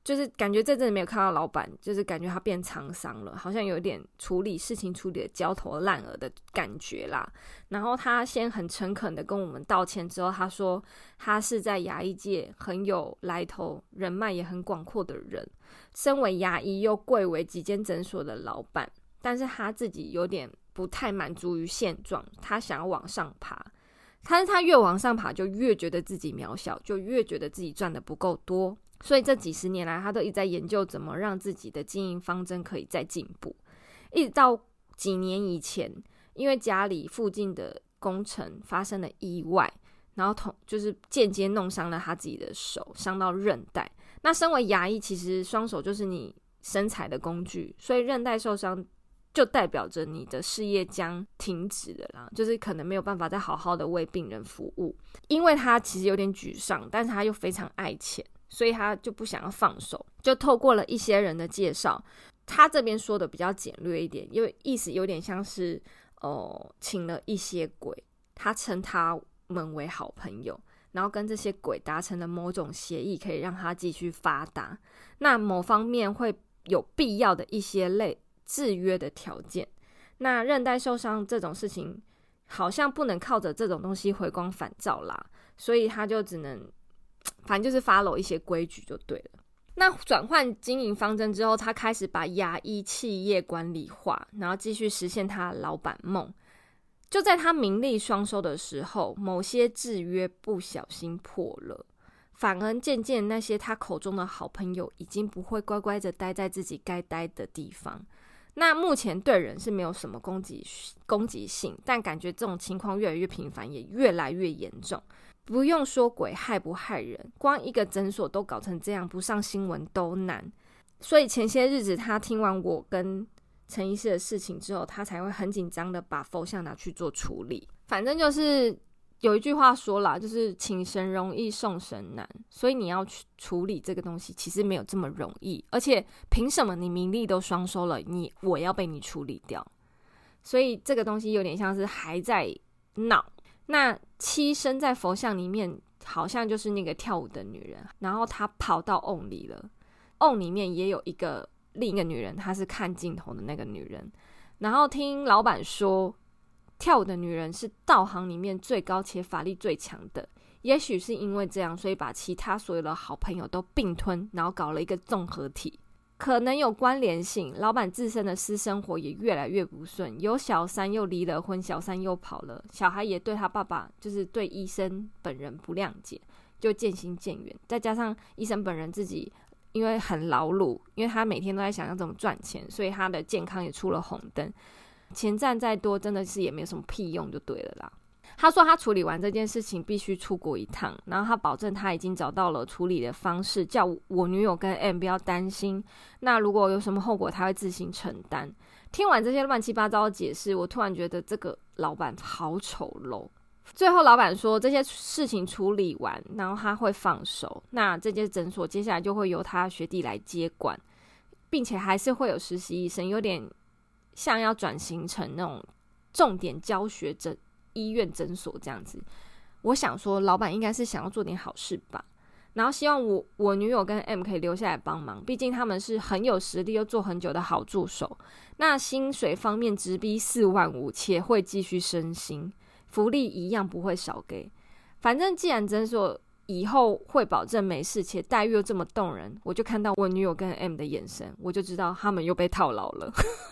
就是感觉这阵子没有看到老板，就是感觉他变沧桑了，好像有点处理事情处理的焦头烂额的感觉啦。然后他先很诚恳的跟我们道歉之后，他说他是在牙医界很有来头，人脉也很广阔的人，身为牙医又贵为几间诊所的老板，但是他自己有点不太满足于现状，他想要往上爬，但是他越往上爬就越觉得自己渺小，就越觉得自己赚的不够多，所以这几十年来他都一直在研究怎么让自己的经营方针可以再进步，一直到几年以前，因为家里附近的工程发生了意外，然后就是间接弄伤了他自己的手，伤到韧带。那身为牙医，其实双手就是你生财的工具，所以韧带受伤就代表着你的事业将停止了啦，就是可能没有办法再好好的为病人服务。因为他其实有点沮丧，但是他又非常爱钱，所以他就不想要放手，就透过了一些人的介绍，他这边说的比较简略一点，因为意思有点像是请了一些鬼，他称他们为好朋友，然后跟这些鬼达成了某种协议，可以让他继续发达。那某方面会有必要的一些制约的条件，那韧带受伤这种事情好像不能靠着这种东西回光返照啦，所以他就只能反正就是 follow 一些规矩就对了。那转换经营方针之后，他开始把牙医企业管理化，然后继续实现他的老板梦。就在他名利双收的时候，某些制约不小心破了，反而渐渐那些他口中的好朋友已经不会乖乖的待在自己该待的地方。那目前对人是没有什么攻击性，但感觉这种情况越来越频繁，也越来越严重。不用说鬼害不害人，光一个诊所都搞成这样，不上新闻都难。所以前些日子他听完我跟陈医师的事情之后，他才会很紧张的把佛像拿去做处理。反正就是有一句话说啦，就是请神容易送神难，所以你要去处理这个东西其实没有这么容易，而且凭什么你名利都双收了，我要被你处理掉？所以这个东西有点像是还在闹。那七身在佛像里面好像就是那个跳舞的女人，然后她跑到瓮里了，瓮里面也有另一个女人，她是看镜头的那个女人。然后听老板说，跳舞的女人是道行里面最高且法力最强的，也许是因为这样，所以把其他所有的好朋友都并吞，然后搞了一个综合体，可能有关联性。老板自身的私生活也越来越不顺，有小三又离了婚，小三又跑了，小孩也对他爸爸就是对医生本人不谅解，就渐行渐远。再加上医生本人自己因为很劳碌，因为他每天都在想要怎么赚钱，所以他的健康也出了红灯。钱赚再多真的是也没有什么屁用就对了啦。他说他处理完这件事情必须出国一趟，然后他保证他已经找到了处理的方式，叫我女友跟 M 不要担心，那如果有什么后果他会自行承担。听完这些乱七八糟的解释，我突然觉得这个老板好丑陋。最后老板说这些事情处理完，然后他会放手，那这间诊所接下来就会由他学弟来接管，并且还是会有实习医生，有点像要转型成那种重点教学医院诊所这样子。我想说老板应该是想要做点好事吧，然后希望我女友跟 M 可以留下来帮忙，毕竟他们是很有实力又做很久的好助手。那薪水方面直逼4万5，且会继续升薪，福利一样不会少给。反正既然诊所以后会保证没事，且待遇又这么动人，我就看到我女友跟 M 的眼神，我就知道他们又被套牢了。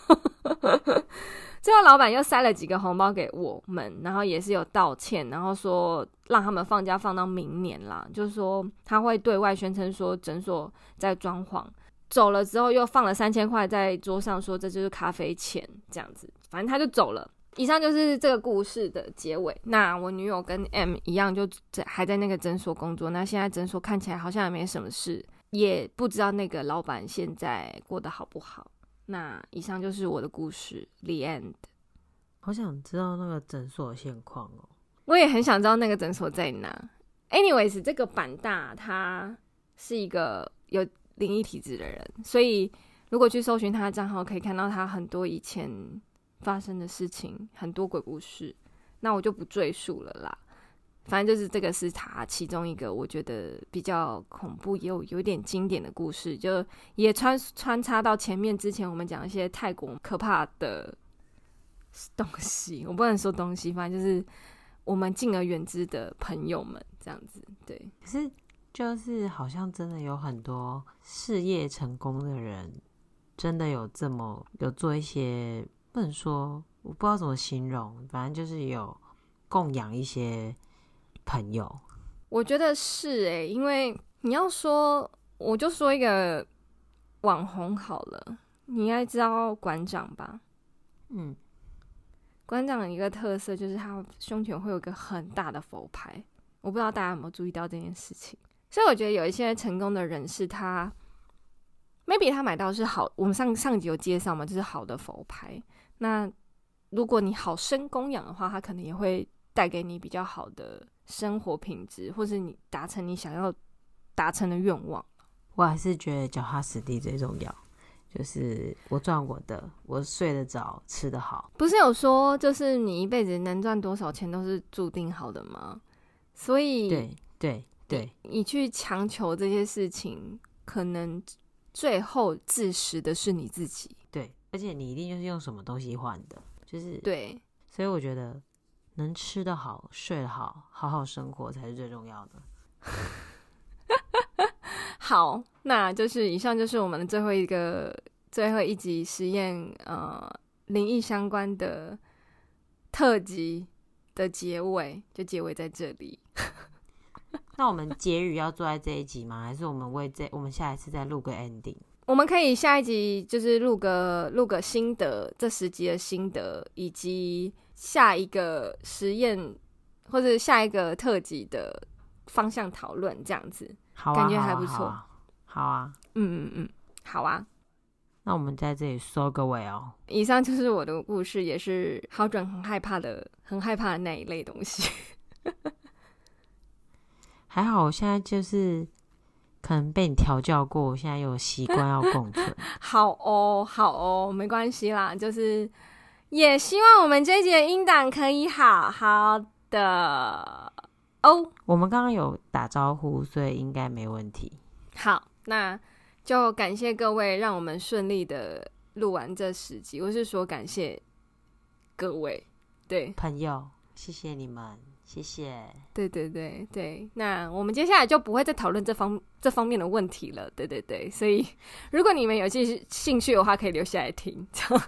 最后老板又塞了几个红包给我们，然后也是有道歉，然后说让他们放假放到明年啦，就是说他会对外宣称说诊所在装潢，走了之后又放了3000块在桌上，说这就是咖啡钱这样子，反正他就走了。以上就是这个故事的结尾。那我女友跟 M 一样就还在那个诊所工作，那现在诊所看起来好像也没什么事，也不知道那个老板现在过得好不好。那以上就是我的故事 The End。 好想知道那个诊所的现况哦。 我也很想知道那个诊所在哪。 Anyways， 这个板大他是一个有灵异体质的人，所以如果去搜寻他的账号可以看到他很多以前发生的事情，很多鬼故事，那我就不赘述了啦。 反正就是这个是他其中一个我觉得比较恐怖也有点经典的故事，就也穿插到前面之前我们讲一些泰国可怕的东西，我不能说东西，反正就是我们敬而远之的朋友们这样子。对， 可是就是好像真的有很多事业成功的人，真的有做一些，不能说我不知道怎么形容，反正就是有供养一些朋友。 我觉得是因为你要说，我就说一个网红好了，你应该知道馆长吧？馆长的一个特色就是他胸前会有一个很大的佛牌，我不知道大家有没有注意到这件事情。所以我觉得有一些成功的人士，他 maybe 他买到是好，我们上集有介绍嘛，就是好的佛牌。那如果你好生供养的话，他可能也会带给你比较好的生活品质，或是你达成你想要达成的愿望。 我还是觉得脚踏实地最重要，就是我赚我的，我睡得着，吃得好。 不是有说就是你一辈子能赚多少钱都是注定好的吗？所以对， 你去强求这些事情，可能最后自食的是你自己。 对，而且你一定就是用什么东西换的，就是对。 所以我觉得能吃得好，睡得好，好好生活才是最重要的。 好，那就是以上就是我们的最后一集实验灵异相关的特辑的结尾，就结尾在这里。 那我们结语要做在这一集吗？还是我们下一次再录个 ending？ 我们可以下一集就是录个心得，这10集的心得，以及下一个实验或者下一个特辑的方向讨论，这样子。 好啊， 感觉还不错。 好啊， 好啊。 那我们在这里收个尾哦。 以上就是我的故事，也是好转很害怕的那一类东西。 还好，我现在就是可能被你调教过，我现在有习惯要共存。 好哦，没关系啦，就是也希望我们这一集的音档可以好好的哦。 我们刚刚有打招呼，所以应该没问题。 好，那就感谢各位，让我们顺利的录完这10集。我是说感谢各位，对朋友，谢谢你们。谢谢。 对，那我们接下来就不会再讨论这方面的问题了。对，所以如果你们有兴趣的话，可以留下来听。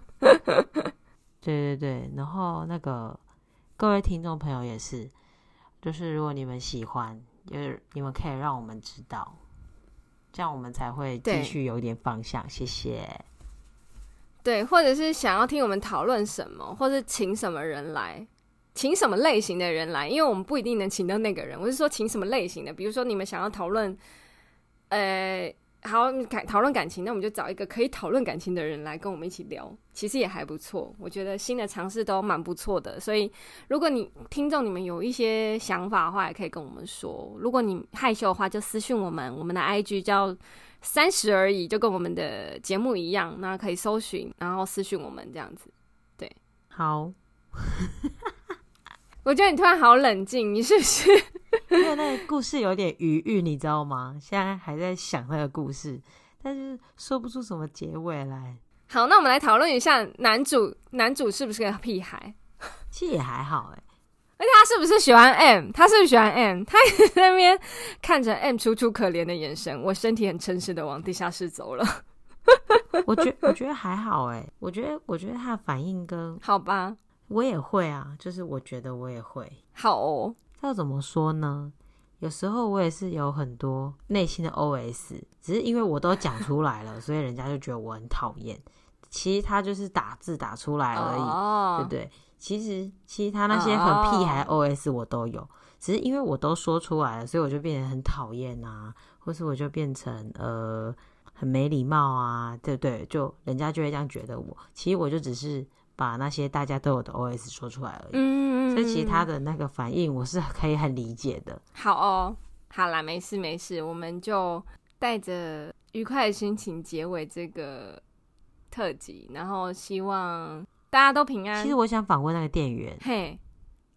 对，然后那个各位听众朋友也是，就是如果你们喜欢，就是你们可以让我们知道，这样我们才会继续有一点方向。谢谢。 对，或者是想要听我们讨论什么，或是请什么人来。请什么类型的人来，因为我们不一定能请到那个人，我是说请什么类型的，比如说你们想要讨论讨论感情，那我们就找一个可以讨论感情的人来跟我们一起聊，其实也还不错。我觉得新的尝试都蛮不错的，所以如果你听众你们有一些想法的话，也可以跟我们说。如果你害羞的话，就私讯我们的 IG 叫30而已，就跟我们的节目一样，那可以搜寻，然后私讯我们这样子。对， 好。 我觉得你突然好冷静，你是不是？ 因为那个故事有点余韵，你知道吗？现在还在想那个故事，但是说不出什么结尾来。 好，那我们来讨论一下男主是不是个屁孩？ 其实也还好而且他是不是喜欢 M？ 他在那边看着 M 楚楚可怜的眼神，我身体很诚实的往地下室走了。 我觉得还好我觉得他的反应跟好吧。 我也会啊，就是我觉得我也会。 好哦， 要怎么说呢？有时候我也是有很多内心的 OS， 只是因为我都讲出来了，所以人家就觉得我很讨厌。其实他就是打字打出来而已，对不对？其实他那些很屁孩 OS 我都有，只是因为我都说出来了，所以我就变得很讨厌啊，或是我就变成很没礼貌啊，对不对？就人家就会这样觉得我。其实我就只是把那些大家都有的 OS 说出来而已，所以其实他的那个反应我是可以很理解的。 好哦，好啦，没事，我们就带着愉快的心情结尾这个特辑，然后希望大家都平安。 其实我想访问那个店员， 嘿，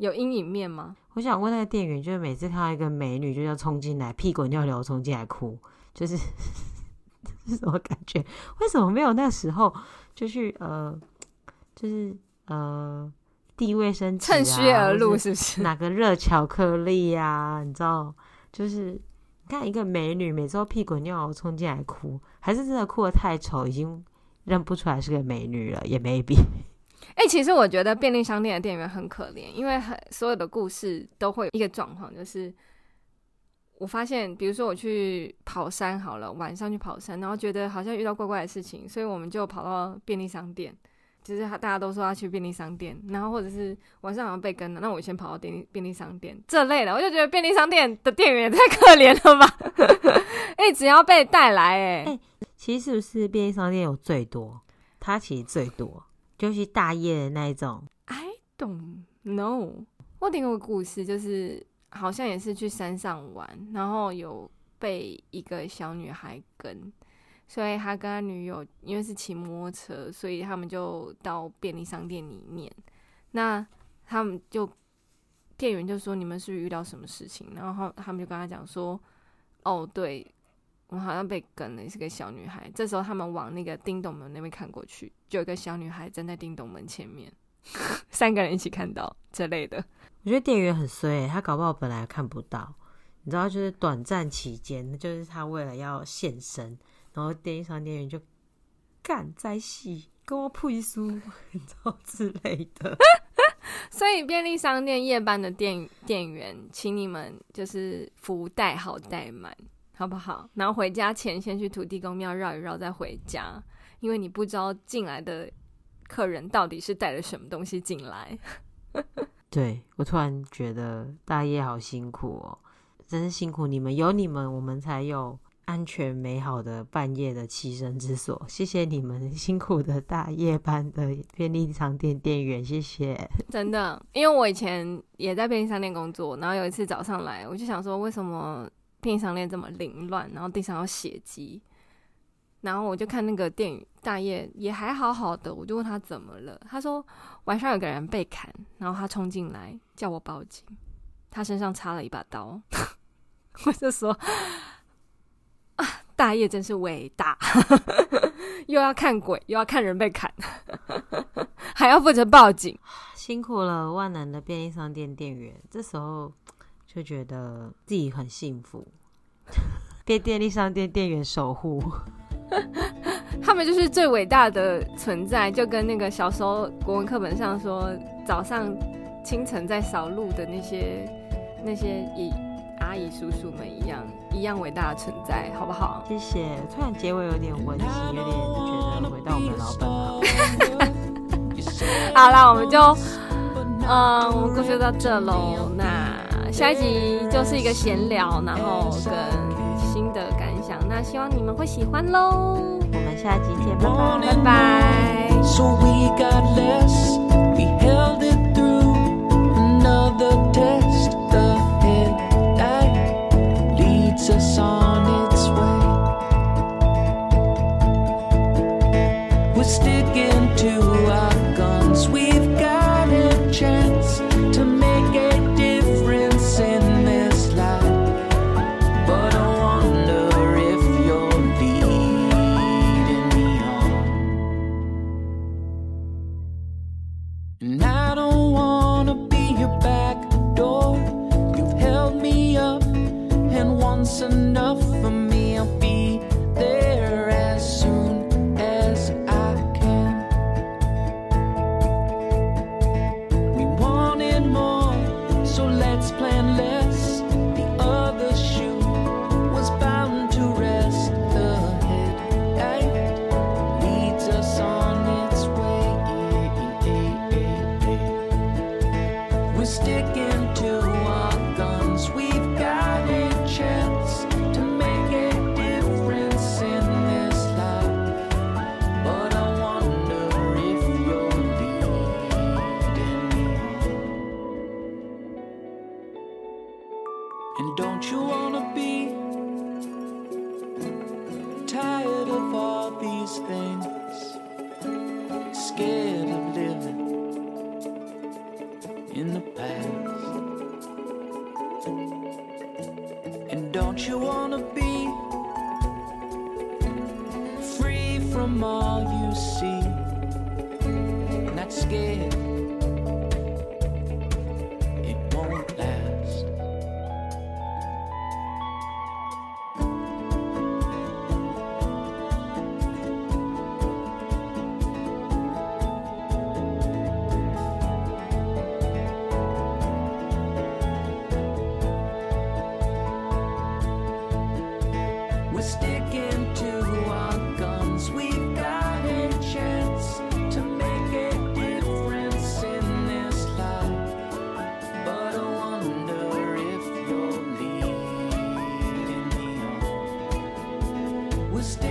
有阴影面吗？ 我想问那个店员，就是每次看到一个美女就要冲进来，屁滚尿流冲进来哭，就是是什么感觉？为什么没有那时候就去就是递卫生纸啊， 趁虚而入是不是？ 拿个热巧克力啊，你知道，就是你看一个美女每次都屁滚尿流冲进来哭，还是真的哭得太丑，已经认不出来是个美女了，也 maybe。 其实我觉得便利商店的店员很可怜，因为所有的故事都会有一个状况，就是我发现，比如说我去跑山好了，晚上去跑山，然后觉得好像遇到怪怪的事情，所以我们就跑到便利商店，就是大家都说要去便利商店，然后或者是晚上好像被跟了，那我先跑到便利商店这类的，我就觉得便利商店的店员也太可怜了吧！只要被带来其实是不是便利商店有最多？它其实最多。尤其大夜的那一种 I don't know。 我听过个故事，就是好像也是去山上玩，然后有被一个小女孩跟，所以他跟他女友因为是骑摩托车，所以他们就到便利商店里面，那他们就店员就说你们是不是遇到什么事情，然后他们就跟他讲说哦对，我好像被跟了，是个小女孩。这时候他们往那个叮咚门那边看过去，就有一个小女孩站在叮咚门前面3个人一起看到之类的。 我觉得店员很衰他搞不好本来看不到，你知道，就是短暂期间，就是他为了要现身，然后便利商店员就干在戏跟我配书，你知道之类的。 所以便利商店夜班的店员，请你们就是福袋好带满，好不好？然后回家前先去土地公庙绕一绕再回家，因为你不知道进来的客人到底是带了什么东西进来。 对，我突然觉得大夜好辛苦哦，真是辛苦你们，有你们我们才有安全美好的半夜的栖身之所。谢谢你们辛苦的大夜班的便利商店店员，谢谢。 真的，因为我以前也在便利商店工作，然后有一次早上来，我就想说为什么便利商店这么凌乱，然后地上有血迹，然后我就看那个店员大爷也还好好的，我就问他怎么了，他说晚上有个人被砍，然后他冲进来叫我报警，他身上插了一把刀。我就说啊，大爷真是伟大。又要看鬼又要看人被砍，还要负责报警， 辛苦了万能的便利商店店员。这时候就觉得自己很幸福，被便利商店店员守护。 他们就是最伟大的存在，就跟那个小时候国文课本上说早上清晨在扫路的那些阿姨叔叔们一样伟大的存在，好不好？ 谢谢。突然结尾有点温馨，有点觉得回到我们老本行。 好啦，我们就我们故事就到这咯。那下一集就是一个闲聊，然后跟新的感想，那希望你们会喜欢咯。 我们下集见，拜拜， 拜拜。 So we got less, we held it through another test. The headlight leads us on its way. We're sticking to our guns, we've got a chance to make a difference in this life. But I wonder if you're leading me on. And I don't wanna be your back door. You've held me up, and once enough for me. I'll be there as soon as I can. We wanted more, so let's plan less. The other shoe was bound to rest. The headlight leads us on its way. We're sticking to our guns, we've got a chance to make a difference in this life. But I wonder if you're leading me on. And don't you wanna be tired of all these things, scared of living? in the past. And don't you wanna be free from all you see, not scared it won't last. We're sticking to our guns, we've got a chance to make a difference in this life. But I wonder if you're leading me on. We're